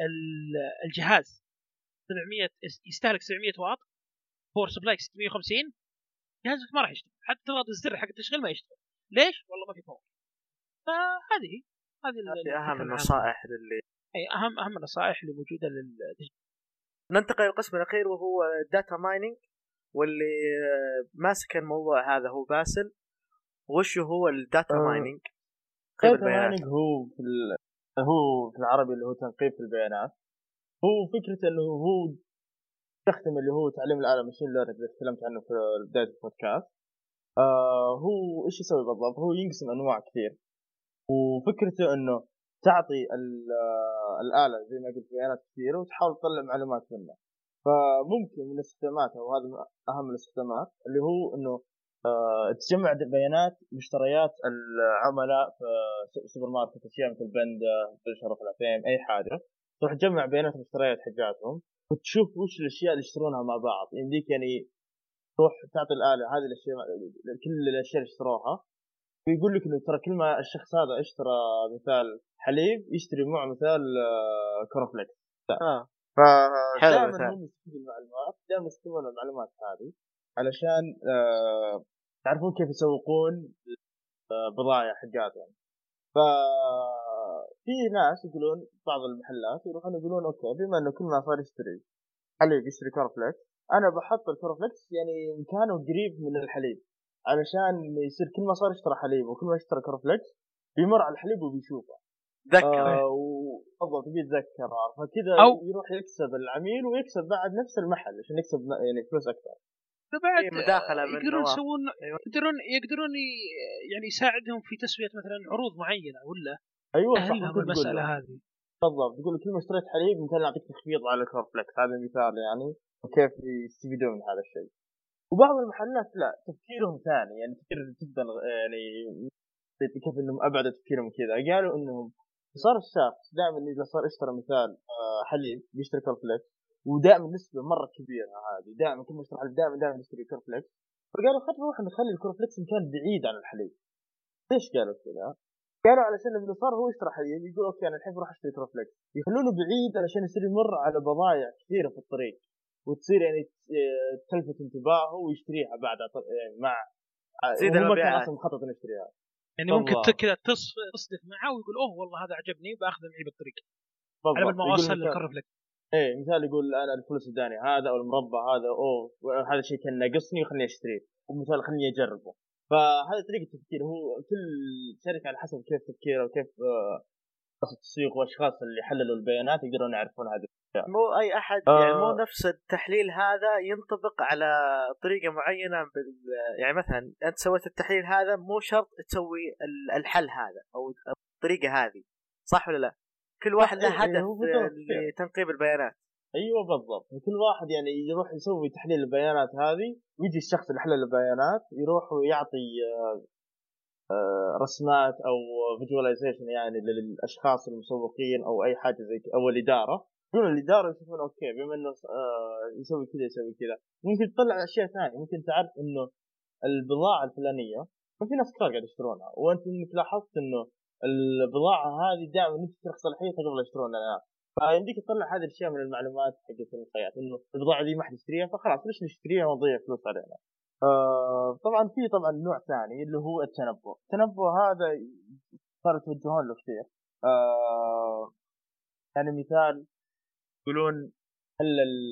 Speaker 3: الجهاز سبعمية يستهلك سبعمية واط، باور سبلاي ستمية وخمسين، جهازك ما راح يشتغل. حتى تضغط الزر حق التشغيل ما يشتغل. ليش؟ والله ما في باور. فهذه هذه
Speaker 1: اهم النصائح اللي
Speaker 3: اي اهم اهم النصائح اللي موجوده لل.
Speaker 1: ننتقل للقسم الاخير وهو الداتا مايننج، واللي ماسك الموضوع هذا هو باسل. وش هو الداتا مايننج؟
Speaker 2: الداتا مايننج هو في ال... هو في العربي اللي هو تنقيب البيانات. هو فكرة انه هو يستخدم اللي هو تعليم الآلة ماشين ليرنينج اللي تكلمت عنه في بداية البودكاست. آه هو ايش يسوي بالضبط؟ هو ينقسم انواع كثير، وفكرته انه تعطي الآلة زي ما قلت بيانات كثيرة وتحاول تطلع معلومات منها. فممكن من استخداماتها، وهذا أهم الاستخدامات، اللي هو إنه آه تجمع بيانات مشتريات العملاء في سوبر ماركت، أشياء مثل بندا، بالشرف العفيم، أي حاجة. تروح تجمع بيانات المشتريات حقاتهم وتشوف وش الأشياء اللي يشترونها مع بعض. يمديك يعني تروح تعطي الآلة هذه الأشياء، كل الأشياء اللي اشتروها، ويقول لك إنه ترى كل ما الشخص هذا اشترى مثال حليب يشتري معه مثال كورنفليكس.
Speaker 1: آه.
Speaker 2: فدائما هم يستخدمون المعلومات، دائما يستخدمون المعلومات هذه علشان آه تعرفون كيف يسوقون آه بضائع حقاتهم. ففي ناس يقولون بعض المحلات يروحون يقولون اوكي بما انه كل ما صار يشتري حليب يشتري كورنفليكس، انا بحط الكورنفليكس يعني مكانه قريب من الحليب، علشان يصير كل ما صار يشتري حليب وكل ما يشتري كورنفليكس بيمر على الحليب وبيشوفه
Speaker 1: ذكر
Speaker 2: آه وافضل يتذكر. فكذا
Speaker 3: أو
Speaker 2: يروح يكسب العميل ويكسب بعد نفس المحل عشان يكسب يعني فلوس اكثر.
Speaker 3: بعد
Speaker 1: مداخله
Speaker 3: يقدرون يسوون يقدرون يقدرون يعني يساعدهم في تسويه مثلا عروض معينه ولا
Speaker 2: ايوه
Speaker 3: صح لهم المساله هذه
Speaker 2: بالضبط. تقول كل ما اشتريت حليب مثلا نعطيك تخفيض على الكورنفليكس، هذا مثال يعني وكيف يستفيدون من هذا الشيء. وبعض المحلات لا تفكيرهم ثاني، يعني تفكير جدا يعني كيف انهم ابعد تفكيرهم كذا. قالوا انهم صار الشخص دائما اذا صار اشترى مثال حليب بيشتري كورنفليكس، ودائما نسبه مره كبيره هذه، دائما كل ما يشتري حليب دائما دائما يشتري كورنفليكس، فقالوا خلينا نروح نخلي الكورفليكس مكان بعيد عن الحليب. ليش قالوا كذا؟ قالوا علشان لما صار هو يشتري حليب يقول اوكي انا الحين بروح اشتري كورفليكس، يخلونه بعيد علشان يصير يمر على بضائع كثيره في الطريق وتصير يعني تلفت انتباهه ويشتريها بعد يعني مع
Speaker 1: تزيد
Speaker 2: هو ما كان
Speaker 1: المبيعات.
Speaker 2: اصلا مخطط انه يشتريها.
Speaker 3: يعني ممكن كذا تصدق معه ويقول اوه والله هذا عجبني باخذه معي بالطريق على بال ما اوصل للكورفليكس.
Speaker 2: ايه مثال يقول انا الفلوس اداني هذا او المربى هذا اوه هذا الشيء كان ناقصني وخليني اشتريه، ومثال خليني اجربه. فهذا طريقه التفكير، هو كل شركه على حسب كيف تفكيرها وكيف قصة التسويق واشخاص اللي حللوا البيانات يقدرون يعرفون هذه الاشياء.
Speaker 1: مو اي احد
Speaker 2: آه
Speaker 1: يعني مو نفس التحليل هذا ينطبق على طريقه معينه بال... يعني مثلا انت سويت التحليل هذا مو شرط تسوي الحل هذا او الطريقه هذه، صح ولا لا؟ كل واحد له هدف لتنقيب البيانات.
Speaker 2: ايوه بالضبط، كل واحد يعني يروح يسوي تحليل البيانات هذه ويجي الشخص اللي حلل البيانات يروح ويعطي رسمات او فيجواليزيشن يعني للاشخاص المسوقين او اي حاجه زي او الاداره، يقولون الاداره يشوفون اوكي بما انه يسوي كذا يسوي كذا. ممكن تطلع اشياء ثانيه، ممكن تعرف انه البضاعه الفلانيه ما في ناس كثير قاعد يشترونها، وانت انك لاحظت انه البضاعه هذه دائما انت تشتري صلاحيتها قبل يشترونها، فيمديك تطلع هذه الاشياء من المعلومات حقت الخياط انه البضاعه دي ما حد يشتريها فخلاص ليش نشتريها ونضيع فلوس عليها. آه طبعا في طبعا نوع ثاني اللي هو التنبؤ. التنبؤ هذا صار يتوجهون له كثير. آه يعني مثال يقولون هل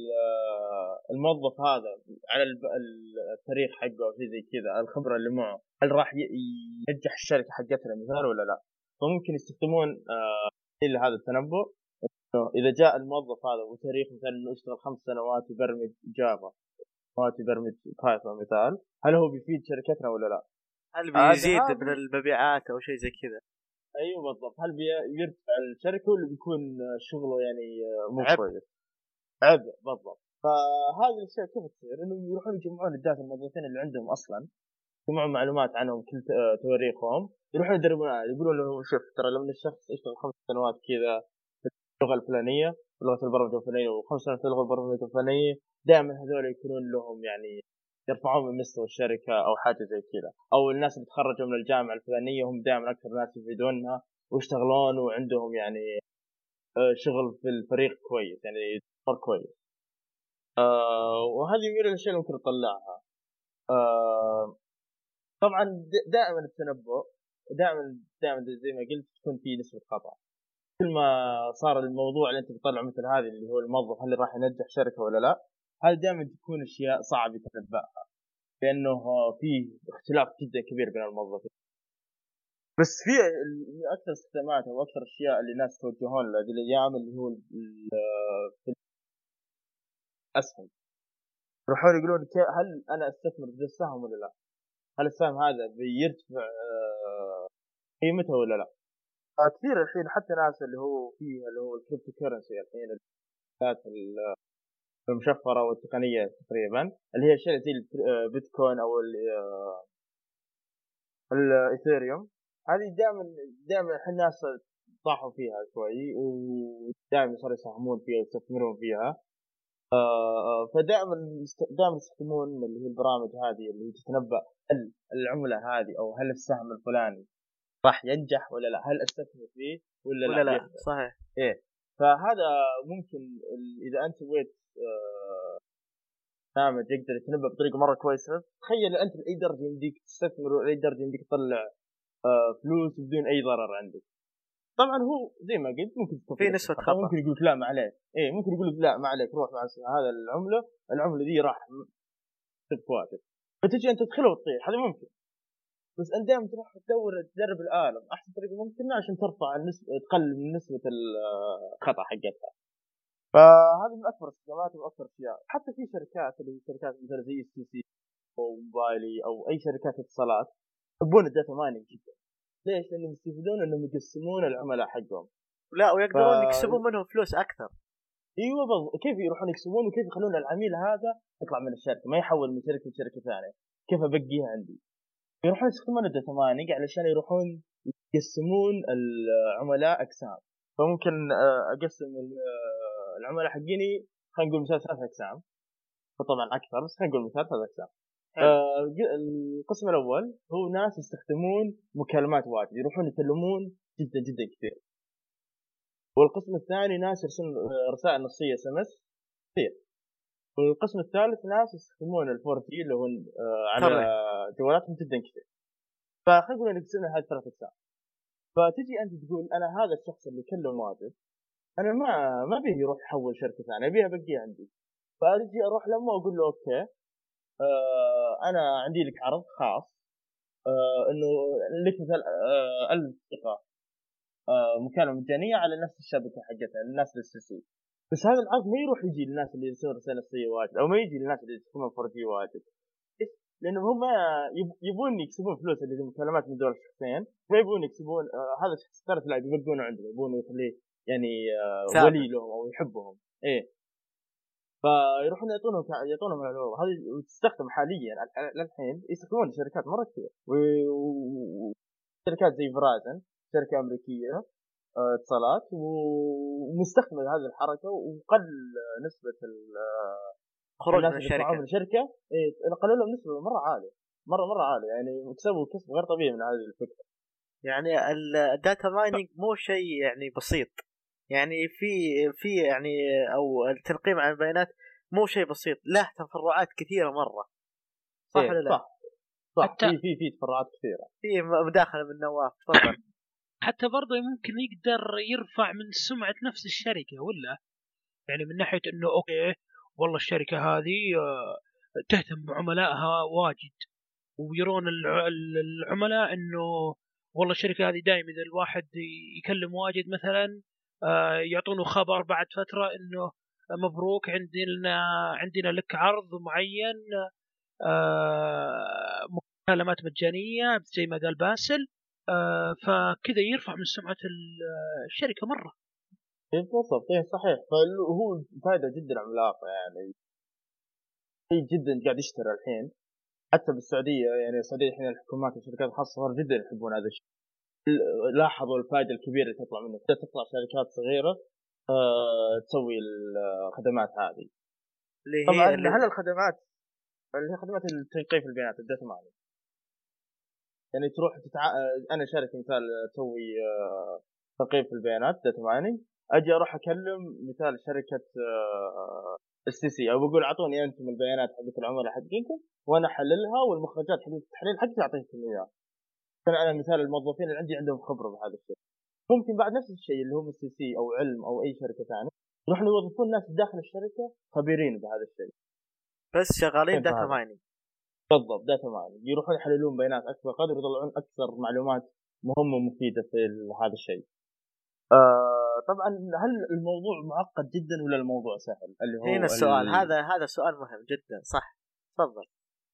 Speaker 2: الموظف هذا على التاريخ حقه او شيء زي كذا الخبره اللي معه هل راح ينجح الشركه حقتنا مثال ولا لا. فممكن يستخدمون آه هذا التنبؤ اذا جاء الموظف هذا وتاريخ مثلا انه اشتغل خمس سنوات يبرمج جافا سنوات يبرمج بايثون مثال، هل هو بيفيد شركتنا ولا لا؟
Speaker 1: هل بيزيد من المبيعات او شيء زي كذا؟
Speaker 2: ايوه بالضبط، هل بيرفع الشركه ولا بيكون شغله يعني مو كويس؟ عبء بالضبط. فهذه الاشياء كيف تصير؟ انهم يروحون يجمعون الداتا الموظفين اللي عندهم اصلا، يجمعون معلومات عنهم كل تواريخهم، يروحون يدربون يقولون له شوف ترى لما الشخص يشتغل خمس سنوات كذا في اللغه الفلانيه لغه البرمجه الفلانيه وخمس سنوات في اللغه البرمجه الفلانيه، دائما هذول يكونون لهم يعني يرفعون من مستوى الشركه او حاجه زي كذا، او الناس اللي تخرجوا من الجامعه الفلانيه هم دائما اكثر ناس يفيدونها ويشتغلون وعندهم يعني شغل في الفريق كويس يعني صار كويس. آه وهذه من الاشياء اللي ممكن تطلعها. آه طبعا دائما التنبؤ دائما دائما زي ما قلت تكون في نسبه خطا. كل ما صار الموضوع اللي انت بتطلع مثل هذه اللي هو الموظف هل راح ينجح شركه ولا لا، هذه دائما تكون اشياء صعب يتنبأها لانه في اختلاف جدا كبير بين الموظفين. بس في اكثر استخدامات او اكثر اشياء اللي الناس توجهون لها هذه الايام اللي هو الاسهم. يروحون يقولون هل انا استثمر في السهم ولا لا؟ هل السهم هذا بيرتفع قيمته ولا لا؟ كثير الحين حتى ناس اللي هو فيه اللي هو الكريبتو كرنسي الحين المشفره والتقنيه تقريبا اللي هي شيء زي البيتكوين او الايثيريوم، هذه دائما دائما الناس طاحوا فيها شوي ودائما صاروا يساهمون فيها ويستثمرون فيها. فدائما دائما يستخدمون اللي هي البرامج هذه اللي تتنبأ هل العمله هذه او هل السهم الفلاني راح ينجح ولا لا، هل استثمر فيه ولا,
Speaker 1: ولا
Speaker 2: لا,
Speaker 1: لا. صحيح.
Speaker 2: ايه فهذا ممكن اذا انت سويت برنامج يقدر يتنبأ بطريقه مره كويسه. تخيل انت لاي درجه يمديك تستثمر واي درجه يمديك تطلع فلوس بدون اي ضرر عندك. طبعا هو زي ما قلت ممكن
Speaker 1: في نسبه خطا،
Speaker 2: ممكن يقول لك لا ما عليك، ايه ممكن يقول لك لا ما عليك روح مع هذا العمله العمله دي راح تفواتك فتجي انت تدخله وتطير، هذا ممكن. بس انت دائما تروح تدور تدرب الاله احسن طريقه ممكنه عشان ترفع النسبه تقلل من نسبه الخطا حقتها. فهذا من اكبر استخدامات واكثر اشياء. حتى في شركات اللي شركات مثل زي اس تي سي او موبايلي او اي شركات اتصالات يحبون الداتا مايننج جدا. ليش؟ لانهم يستفيدون انهم يقسمون العملاء حقهم
Speaker 1: لا ويقدرون ف... يكسبون منهم فلوس اكثر.
Speaker 2: ايوه بالضبط. كيف يروحون يكسبون وكيف يخلون العميل هذا يطلع من الشركه ما يحول من شركه لشركه ثانيه، كيف ابقيها عندي؟ يروحون يستخدمون الداتا مايننج علشان يروحون يقسمون العملاء اقسام. فممكن اقسم العملاء حقيني خلينا نقول مثال ثلاث اقسام، فطبعا اكثر بس خلينا نقول مثال ثلاث اقسام. آه القسم الاول هو ناس يستخدمون مكالمات واجد، يروحون يكلمون جدا جدا كثير. والقسم الثاني ناس يرسلون رسائل نصيه اس ام اس كثير. والقسم الثالث ناس يستخدمون الفور جي اللي هو آه على جوالاتهم جدا كثير. فخلينا نقول نقسمها هذه ثلاث اقسام. فتجي انت تقول انا هذا الشخص اللي يكلم واجد انا ما ما بيه يروح يحول شركه ثانيه، ابيها بقيه عندي. فاجي اروح لما اقول له اوكي آه انا عندي لك عرض خاص آه انه لك مثل آه ألف دقيقه آه مكالمه مجانيه على نفس الشبكه حقتها الناس للسي. بس هذا العرض ما يروح يجي للناس اللي يسوون رسائل نصيه واجد، او ما يجي للناس اللي يستخدمون فور جي واجد، لانهم هم يبون يكسبون فلوس اللي المكالمات من دول الشخصين، ما يبون يكسبون آه هذا الشخص الثالث لا يبقونه عندهم، يبون يخليه يعني آه ولي لهم او يحبهم. ايه فيروحون يعطونهم يعطونهم العروض هذه تستخدم حاليا للحين، يستخدمون شركات مره كثير وشركات زي فرازن شركه امريكيه اتصالات ومستخدمه هذه الحركه، وقل نسبه
Speaker 1: خروج من الشركه
Speaker 2: من الشركه إيه قللوا لهم نسبه مره عاليه مره مره عاليه، يعني كسبوا كسب غير طبيعي من هذه الفكره.
Speaker 1: يعني الداتا مايننج مو شيء يعني بسيط، يعني في في يعني او التنقيم عن البيانات مو شيء بسيط، له تفرعات كثيره مره، صح
Speaker 2: إيه
Speaker 1: ولا لا؟
Speaker 2: صح صح في في في تفرعات كثيره،
Speaker 1: في مداخله من نواف تفضل.
Speaker 3: حتى برضه ممكن يقدر يرفع من سمعه نفس الشركه، ولا يعني من ناحيه انه اوكي والله الشركه هذه تهتم بعملائها واجد، ويرون العملاء انه والله الشركه هذه دائما اذا الواحد يكلم واجد مثلا يعطونه خبر بعد فتره انه مبروك عندنا عندنا لك عرض معين مكالمات مجانيه زي ما قال باسل، فكذا يرفع من سمعه الشركه مره.
Speaker 2: بالضبط ايه صحيح. فهو فائده جدا عملاقه، يعني في جدا قاعد يشتري الحين حتى بالسعوديه، يعني السعوديه الحين الحكومات والشركات الخاصه صار جدا يحبون هذا الشيء. لاحظوا الفائده الكبيره اللي تطلع منه، تطلع شركات صغيره أه تسوي الخدمات هذه
Speaker 1: اللي هي
Speaker 2: طبعا
Speaker 1: اللي...
Speaker 2: هل الخدمات اللي هي خدمات التنقيب البيانات الداتا مايننج، يعني تروح تتع... انا شركه مثال تسوي تنقيب في البيانات داتا مايننج، اجي اروح اكلم مثال شركه السي سي او بقول اعطوني انتم البيانات حقت العملاء حقينكم وانا احللها والمخرجات حق التحليل حقتي اعطيكم اياها. انا مثال الموظفين اللي عندي عندهم خبره بهذا الشيء، ممكن بعد نفس الشيء اللي هم السي سي او علم او اي شركه ثانيه يروحون يوظفون ناس داخل الشركه خبيرين بهذا الشيء
Speaker 1: بس شغالين داتا مايننج.
Speaker 2: بالضبط داتا مايننج، يروحون يحللون بيانات اكثر قدر يطلعون اكثر معلومات مهمه ومفيده في هذا الشيء. آه طبعا هل الموضوع معقد جدا ولا الموضوع سهل؟ اللي هو
Speaker 1: هنا السؤال ال... هذا هذا سؤال مهم جدا. صح تفضل.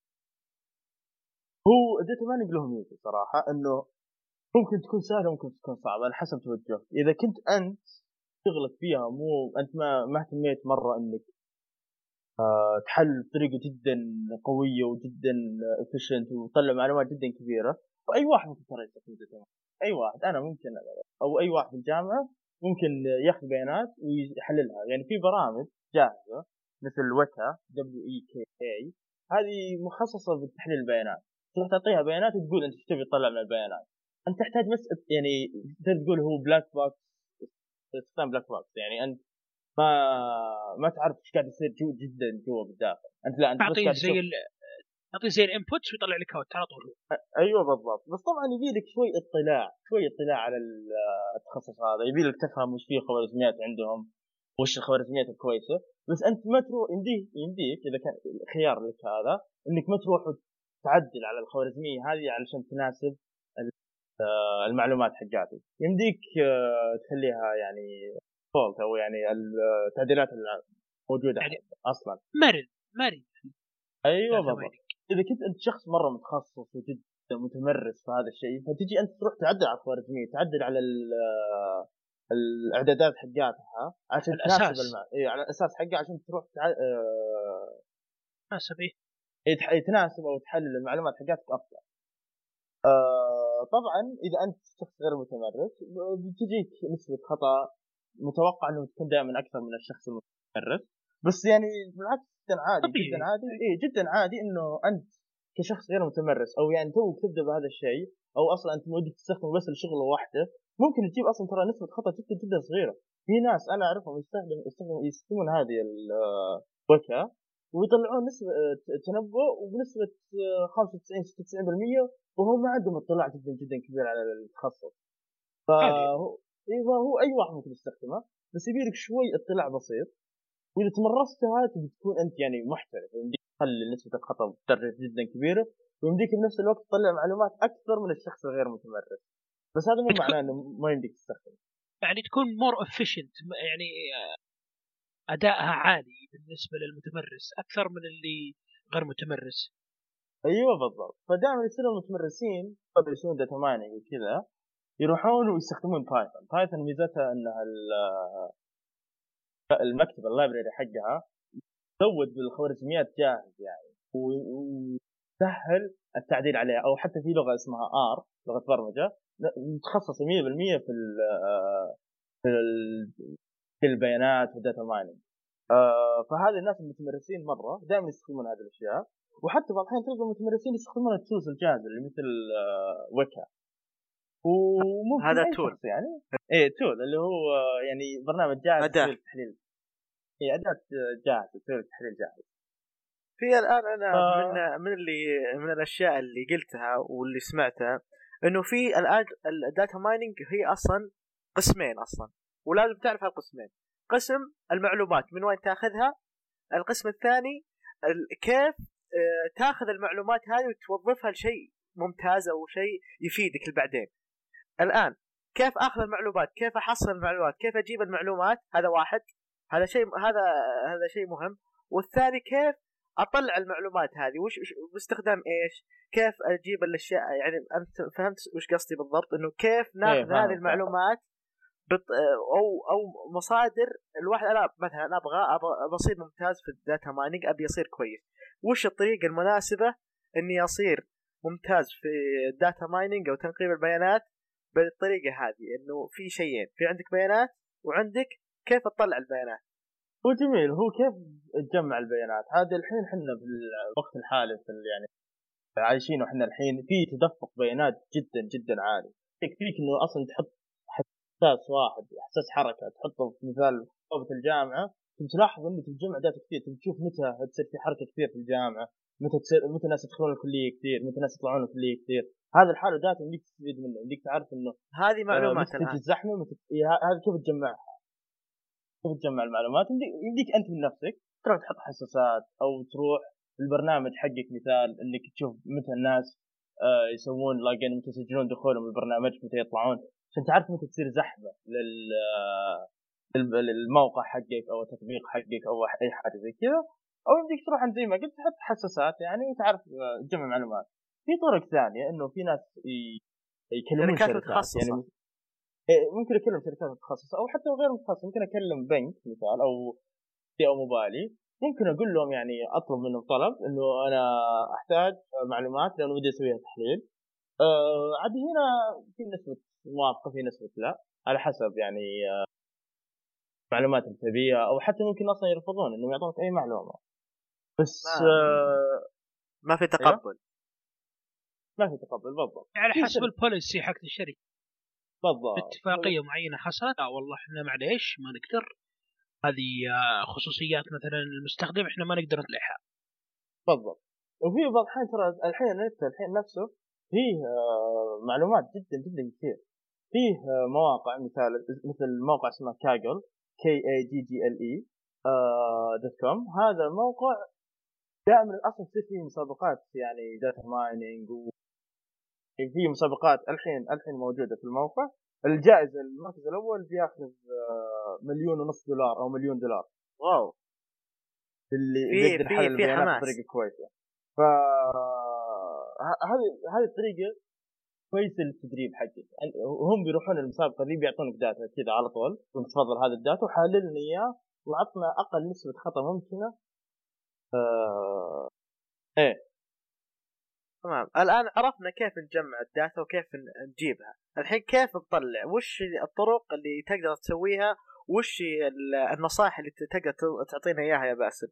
Speaker 2: هو الداتا مايننج له ميزه صراحه انه ممكن تكون سهله ممكن تكون صعبه على حسب توجهك. اذا كنت انت شغلك فيها مو انت ما ما اهتميت مره انك آه تحل بطريقه جدا قويه وجدا افيشنت وتطلع معلومات جدا كبيره، فاي واحد ممكن ترى يستخدم داتا. اي واحد انا ممكن او اي واحد في الجامعه ممكن ياخذ بيانات ويحللها. يعني في برامج جاهزه مثل وتا دبليو اي كي اي هذه مخصصه بتحليل البيانات، تروح تعطيها بيانات وتقول انت ايش تبي تطلع من البيانات. انت تحتاج بس يعني تقول هو بلاك بوكس، استخدام بلاك بوكس، يعني انت ما ما تعرف ايش قاعد يصير جو جدا جوا بالداخل. انت لا انت بس قاعد
Speaker 3: زي ال... تعطيه زي الانبوت ويطلع لك اوت على طول.
Speaker 2: ايوه بالضبط. بس طبعا يبي لك شوي اطلاع شوي اطلاع على التخصص هذا، يبي لك تفهم وش فيه خوارزميات عندهم وش الخوارزميات الكويسه. بس انت ما تروح يمديك يمديك اذا كان خيار لك هذا انك ما تروح تعدل على الخوارزميه هذه علشان تناسب المعلومات حقاتك. يمديك تخليها يعني فولت او يعني التعديلات الموجوده يعني اصلا
Speaker 3: مرن مرن.
Speaker 2: ايوه بالضبط. اذا كنت انت شخص مره متخصص وجدا متمرس في هذا الشيء فتجي انت تروح تعدل على الخوارزميه، تعدل على الاعدادات حقاتها عشان تناسب المع... إيه على الاساس حقها عشان تروح تع... آه...
Speaker 3: تناسب
Speaker 2: ايه تناسب او تحلل المعلومات حقاتك افضل. آه... طبعا اذا انت شخص غير متمرس بتجيك نسبه خطا متوقع انه تكون دائما اكثر من الشخص المتمرس، بس يعني بالعكس جدا عادي
Speaker 3: طبيعي.
Speaker 2: جدا عادي ايه جدا عادي انه انت كشخص غير متمرس او يعني توك تبدا بهذا الشيء او اصلا انت ودك تستخدمه بس لشغله واحده ممكن تجيب اصلا ترى نسبه خطا جدا جدا صغيره. في ناس انا اعرفهم يستخدم يستخدم يستخدمون هذه الوكا ويطلعون نسبه تنبؤ وبنسبه خمسة وتسعين ستة وتسعين بالمية وهم ما عندهم اطلاع جدا جدا كبير على التخصص. فهو ايوه هو اي واحد ممكن يستخدمه بس يبي لك شوي اطلاع بسيط واذا تمرستها تبي تكون انت يعني محترف يمديك تقلل نسبه الخطا بدرجه جدا كبيره ويمديك بنفس الوقت تطلع معلومات اكثر من الشخص الغير متمرس. بس هذا مو معناه انه ما يمديك تستخدم
Speaker 3: يعني تكون مور افيشنت يعني ادائها عالي بالنسبه للمتمرس اكثر من اللي غير متمرس.
Speaker 2: ايوه بالضبط. فدائما يصير المتمرسين قبل يسوون داتا مايننج وكذا يروحون ويستخدمون بايثون. بايثون ميزتها انها المكتب اللايبرري حقها تزود بالخوارزميات جاهز يعني وسهل التعديل عليها. او حتى في لغه اسمها ار لغه برمجه متخصصه مية بالمية في ال في في البيانات والداتا مايننج. فهذه الناس المتمرسين مره دائما يستخدمون هذه الاشياء. وحتى بعض الاحيان تلقى المتمرسين يستخدمون التولز الجاهزه اللي مثل ويكا وممكن
Speaker 1: هذا
Speaker 2: أي
Speaker 1: تول
Speaker 2: شخص يعني ايه تول اللي هو يعني برنامج جاهز للتحليل. هي أداة جاهزة تسوي تحليل جاهز.
Speaker 1: في الآن أنا
Speaker 2: ف...
Speaker 1: من من اللي من الأشياء اللي قلتها واللي سمعتها إنه في الآن الداتا مايننج هي أصلا قسمين أصلا ولازم تعرف هالقسمين. قسم المعلومات من وين تأخذها، القسم الثاني كيف تأخذ المعلومات هذه وتوظفها لشيء ممتاز أو شيء يفيدك بعدين. الآن كيف أخذ المعلومات، كيف أحصل المعلومات، كيف أجيب المعلومات، هذا واحد، هذا شيء هذا هذا شيء مهم. والثاني كيف اطلع المعلومات هذه وش باستخدام ايش، كيف اجيب الاشياء. يعني انت فهمت وش قصدي بالضبط؟ انه كيف ناخذ هذه المعلومات بط... او او مصادر الواحد. انا مثلا انا ابغى ابغى اصير ممتاز في الداتا مايننج، ابي اصير كويس، وش الطريقه المناسبه اني اصير ممتاز في الداتا مايننج او تنقيب البيانات بالطريقه هذه؟ انه في شيئين، في عندك بيانات وعندك كيف تطلع البيانات.
Speaker 2: هو جميل. هو كيف تجمع البيانات هذا الحين احنا في الوقت الحالي في يعني عايشين واحنا الحين في تدفق بيانات جدا جدا عالي. يكفيك انه اصلا تحط حساس واحد حساس حركه تحطه في مثال طلبه الجامعه تلاحظ انك تجمع داتا كثير، تشوف متى تصير في حركه كثير في الجامعه، متى تصير متى الناس يدخلون الكليه كثير، متى الناس يطلعون الكليه كثير. هذا الحاله داتا يمديك تستفيد منه، يمديك تعرف انه
Speaker 1: هذه معلومات
Speaker 2: الان الزحمه مت... هذا كيف تجمعها، كيف تجمع المعلومات. يمديك انت من نفسك تروح تحط حساسات او تروح البرنامج حقك مثال انك تشوف متى الناس يسوون لاجين، متى يسجلون دخولهم البرنامج، متى يطلعون، عشان تعرف متى تصير زحمه للموقع حقك او التطبيق حقك او اي حاجه زي كذا. او يمديك تروح عند زي ما قلت تحط حساسات يعني وتعرف تجمع معلومات. في طرق ثانيه انه في ناس يكلمون
Speaker 1: شركات
Speaker 2: شركات
Speaker 1: متخصصه
Speaker 2: يعني ممكن اكلم شركات متخصصه او حتى غير متخصصه، ممكن اكلم بنك مثال او او موبايلي، ممكن اقول لهم يعني اطلب منهم طلب انه انا احتاج معلومات لانه بدي اسويها تحليل. أه عاد هنا في نسبه موافقه في نسبه لا على حسب يعني أه معلومات تبيها، او حتى ممكن اصلا يرفضون انهم يعطونك اي معلومه. بس
Speaker 1: ما,
Speaker 2: أه
Speaker 1: ما في تقبل.
Speaker 2: أيوة؟ ما في تقبل بالضبط
Speaker 3: على يعني حسب البوليسي حق الشركه
Speaker 2: بالضبط.
Speaker 3: اتفاقيه معينه حصلت لا والله احنا معليش ما نقدر، هذه خصوصيات مثلا المستخدم احنا ما نقدر نطلعها.
Speaker 2: بالضبط. وفي بعض الحين ترى الحين انت الحين نفسه فيه معلومات جدا جدا كثير. فيه مواقع مثال مثل موقع اسمه كاجل كي اي جي جي ال اي دوت كوم. هذا الموقع دائما اصلا تصير فيه مسابقات يعني داتا مايننج، وفي مسابقات الحين الحين موجوده في الموقع. الجائزه المركز الاول بياخذ مليون ونص دولار او مليون دولار.
Speaker 1: واو.
Speaker 2: اللي
Speaker 1: في
Speaker 2: يقدر يحلل البيانات بطريقه كويسه. ف هذه هذه الطريقه كويسه للتدريب حقك. هم بيروحون المسابقه دي بيعطونك داتا كذا على طول، تفضل هذا الداتا وحلل لنا اياه وعطنا اقل نسبه خطا ممكنه. آه... ايه
Speaker 1: تمام. الان عرفنا كيف نجمع الداتا وكيف نجيبها، الحين كيف نطلع، وش الطرق اللي تقدر تسويها، وش النصائح اللي تقدر تعطينا اياها يا باسل؟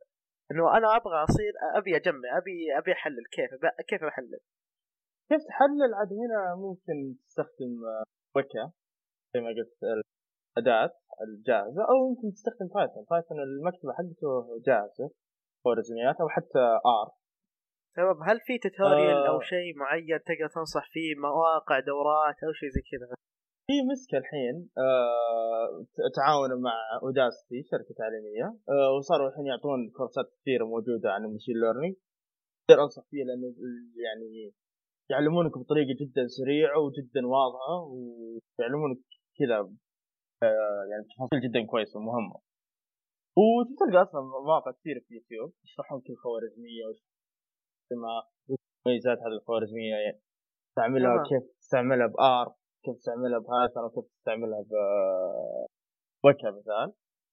Speaker 1: انه انا ابغى اصير ابي اجمع ابي ابي احلل كيف كيف احلل
Speaker 2: كيف تحلل عاد هنا ممكن تستخدم وكا زي ما قلت الأداة الجاهزة أو ممكن تستخدم بايثون بايثون المكتبة حقته جاهزة خوارزميات أو حتى آر.
Speaker 1: تمام. هل في توتوريال
Speaker 2: آه
Speaker 1: أو شيء معين تقدر تنصح فيه مواقع دورات أو شيء زي كذا؟
Speaker 2: في مسكة الحين آه تعاونوا مع أوداستي شركة تعليمية آه وصاروا الحين يعطون كورسات كثيرة موجودة عن المشين ليرنينج. أقدر أنصح فيه لأنه يعني يعلمونك بطريقة جدا سريعة وجدا واضحة ويعلمونك كذا آه يعني تفاصيل جدا كويسة ومهمة. وتلقى أصلا مواقع كثيرة في يوتيوب يشرحون كل خوارزمية وميزات هذه الخوارزمية يعني تعملها كيف تستعملها بآر كيف تستعملها بهايثون وكيف تستعملها بوكا مثلا.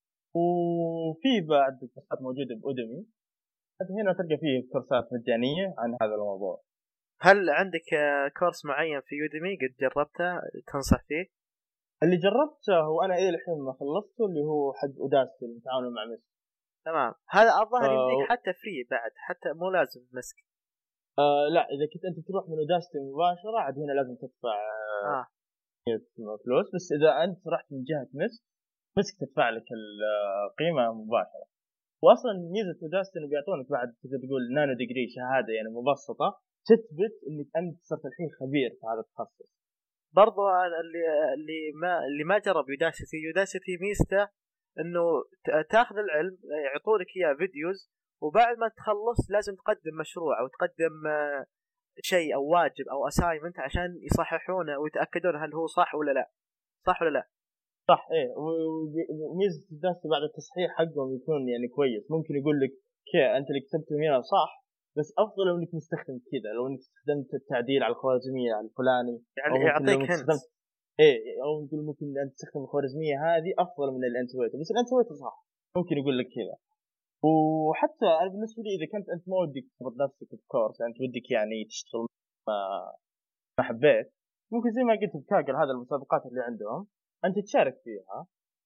Speaker 2: وفي بعد كورسات موجودة بأودمي هنا تلقى فيه كورسات مجانية عن هذا الموضوع.
Speaker 1: هل عندك كورس معين في يوديمي قد جربته تنصح فيه؟
Speaker 2: اللي جربته هو أنا إيه الحين ما خلصته اللي هو حق أوداستي المتعاون مع مسك.
Speaker 1: تمام. هذا الظاهر
Speaker 2: آه
Speaker 1: يمديك حتى فري بعد حتى مو لازم مسك.
Speaker 2: آه لا إذا كنت أنت تروح من أوداستي مباشرة عاد هنا لازم تدفع
Speaker 1: آه.
Speaker 2: فلوس. بس إذا أنت رحت من جهة مسك مسك تدفع لك القيمة مباشرة. واصلا ميزه اوداستي انه بيعطونك بعد تقدر تقول نانو ديجري شهاده يعني مبسطه تثبت انك انت صرت الحين خبير في هذا التخصص.
Speaker 1: برضو اللي اللي ما اللي ما جرب يوداستي يوداستي ميزته انه تاخذ العلم يعطونك اياه فيديوز وبعد ما تخلص لازم تقدم مشروع او تقدم شيء او واجب او اسايمنت عشان يصححونه ويتاكدون هل هو صح ولا لا. صح ولا لا؟
Speaker 2: صح ايه. وميزه اوداستي بعد التصحيح حقهم يكون يعني كويس. ممكن يقول لك كي انت اللي كتبته هنا صح بس افضل لو انك مستخدم كذا لو انك استخدمت التعديل على الخوارزميه الفلاني
Speaker 1: يعني
Speaker 2: او
Speaker 1: يعطيك هنت
Speaker 2: ايه او يقول ممكن انت تستخدم الخوارزميه هذه افضل من اللي انت سويته بس اللي انت سويته صح ممكن يقول لك كذا. وحتى انا بالنسبه لي اذا كنت انت ما ودك تفرض نفسك بكورس انت ودك يعني تشتغل ما ما حبيت ممكن زي ما قلت بكاجل هذا المسابقات اللي عندهم انت تشارك فيها.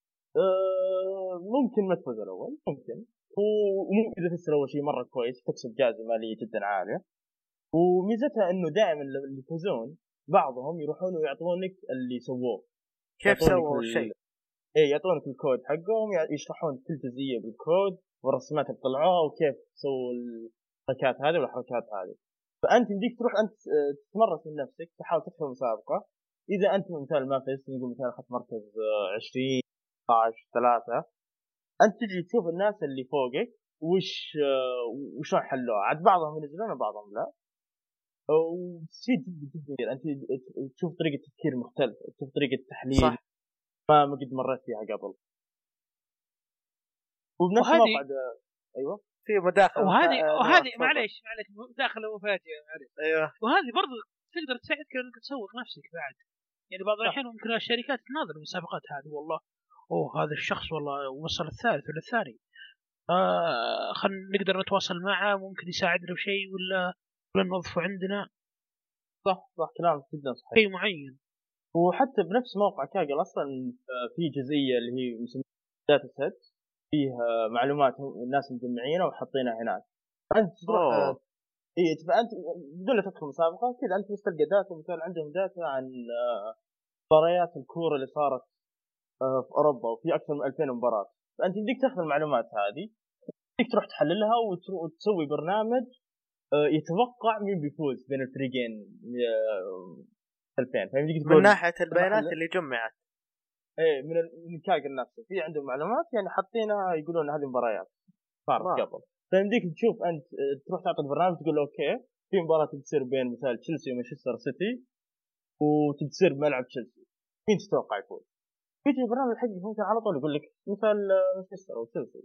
Speaker 2: أه ممكن ما تفوز الاول ممكن وممكن اذا فزت اول شيء مره كويس تكسب جائزه ماليه جدا عاليه. وميزتها انه دائما اللي يفوزون بعضهم يروحون ويعطونك اللي سووه.
Speaker 1: كيف سووا الشيء؟
Speaker 2: ايه يعطونك الكود حقهم يشرحون كل جزئيه بالكود والرسمات اللي طلعوها وكيف سووا الحركات هذه والحركات هذه. فانت يمديك تروح انت تتمرس من نفسك تحاول تدخل مسابقه. اذا انت مثلا ما فزت نقول مثلا اخذت مركز عشرين اثنا عشر ثلاثة انت تجي تشوف الناس اللي فوقك وش وشلون حلوها. عاد بعضهم ينزلون وبعضهم لا. وتفيد جدا جدا انت تشوف طريقه تفكير مختلفه تشوف طريقه تحليل صح. ما ما قد مريت فيها قبل. وبنفس الموقع ده ايوه
Speaker 1: في مداخله
Speaker 3: وهذه وهذه معليش معليش مداخله مفاجئه معليش
Speaker 1: ايوه
Speaker 3: وهذه برضو تقدر تساعدك انك تسوق نفسك بعد. يعني بعض الاحيان ممكن الشركات تناظر المسابقات هذه والله اوه هذا الشخص والله وصل الثالث ولا الثاني آه خلينا نقدر نتواصل معه ممكن يساعدنا بشيء ولا ولا نوظفه عندنا.
Speaker 2: صح صح كلام جدا صحيح.
Speaker 3: شيء معين.
Speaker 2: وحتى بنفس موقع كاجل اصلا في جزئيه اللي هي مسمينها داتا سيت فيها معلومات الناس مجمعينها وحاطينها هناك. انت تروح اي فانت بدون لا تدخل مسابقه كذا انت بس تلقى داتا مثلا عندهم داتا عن مباريات الكوره اللي صارت في اوروبا وفي اكثر من ألفين مباراه. فانت بدك تاخذ المعلومات هذه بدك تروح تحللها وتسوي برنامج يتوقع مين بيفوز بين الفريقين الفين.
Speaker 1: من ناحيه البيانات اللي جمعت
Speaker 2: ايه من من كاجل نفسه في عندهم معلومات يعني حاطينها يقولون هذه مباريات صارت قبل. فيمديك تشوف انت تروح تعطي البرنامج تقول اوكي في مباراه تصير بين مثلا تشيلسي ومانشستر سيتي وتصير بملعب تشيلسي مين تتوقع يفوز. يجي البرنامج حقك ممكن على طول يقول لك مثلا مانشستر او تشيلسي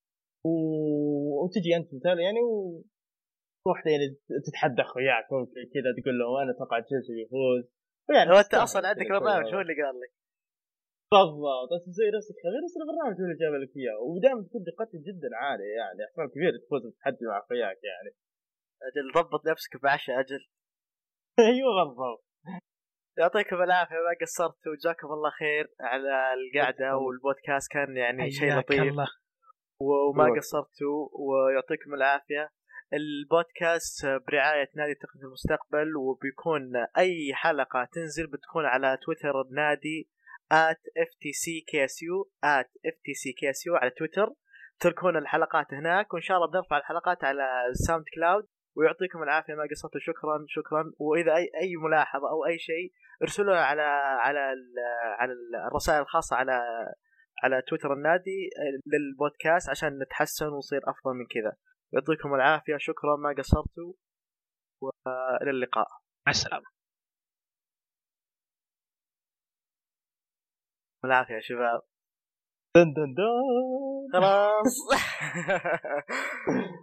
Speaker 2: وتجي انت مثلا يعني وتروح يعني تتحدى اخوياك كذا تقول له انا اتوقع تشيلسي يفوز.
Speaker 1: يعني هو انت اصلا عندك برنامج هو اللي قال لك
Speaker 2: بالضبط بس زي نفسك خبير بس البرنامج هو اللي جاب لك اياه ودائما تكون دقته جدا عاليه يعني احتمال كبير تفوز بتحدي مع اخوياك يعني.
Speaker 1: اجل ضبط نفسك بعشاء اجل.
Speaker 2: ايوه بالضبط.
Speaker 1: يعطيكم العافيه ما قصرتوا وجزاكم الله خير على القعده والبودكاست كان يعني شيء لطيف. وما
Speaker 2: بالوقت.
Speaker 1: قصرتوا ويعطيكم العافية. البودكاست برعاية نادي تقنية المستقبل، وبيكون أي حلقة تنزل بتكون على تويتر النادي آت إف تي سي كي إس يو آت إف تي سي كي إس يو على تويتر. تلقون الحلقات هناك، وإن شاء الله بنرفع الحلقات على ساوند كلاود. ويعطيكم العافية ما قصرتوا. شكرا شكرا. وإذا أي أي ملاحظة أو أي شيء ارسلوها على على على الرسائل الخاصة على على تويتر النادي للبودكاست عشان نتحسن ونصير أفضل من كذا. يعطيكم العافية. شكرا ما قصرتوا، وإلى اللقاء.
Speaker 3: مع السلامة.
Speaker 1: العافية يا شباب.
Speaker 2: دن دن دن.
Speaker 1: خلاص.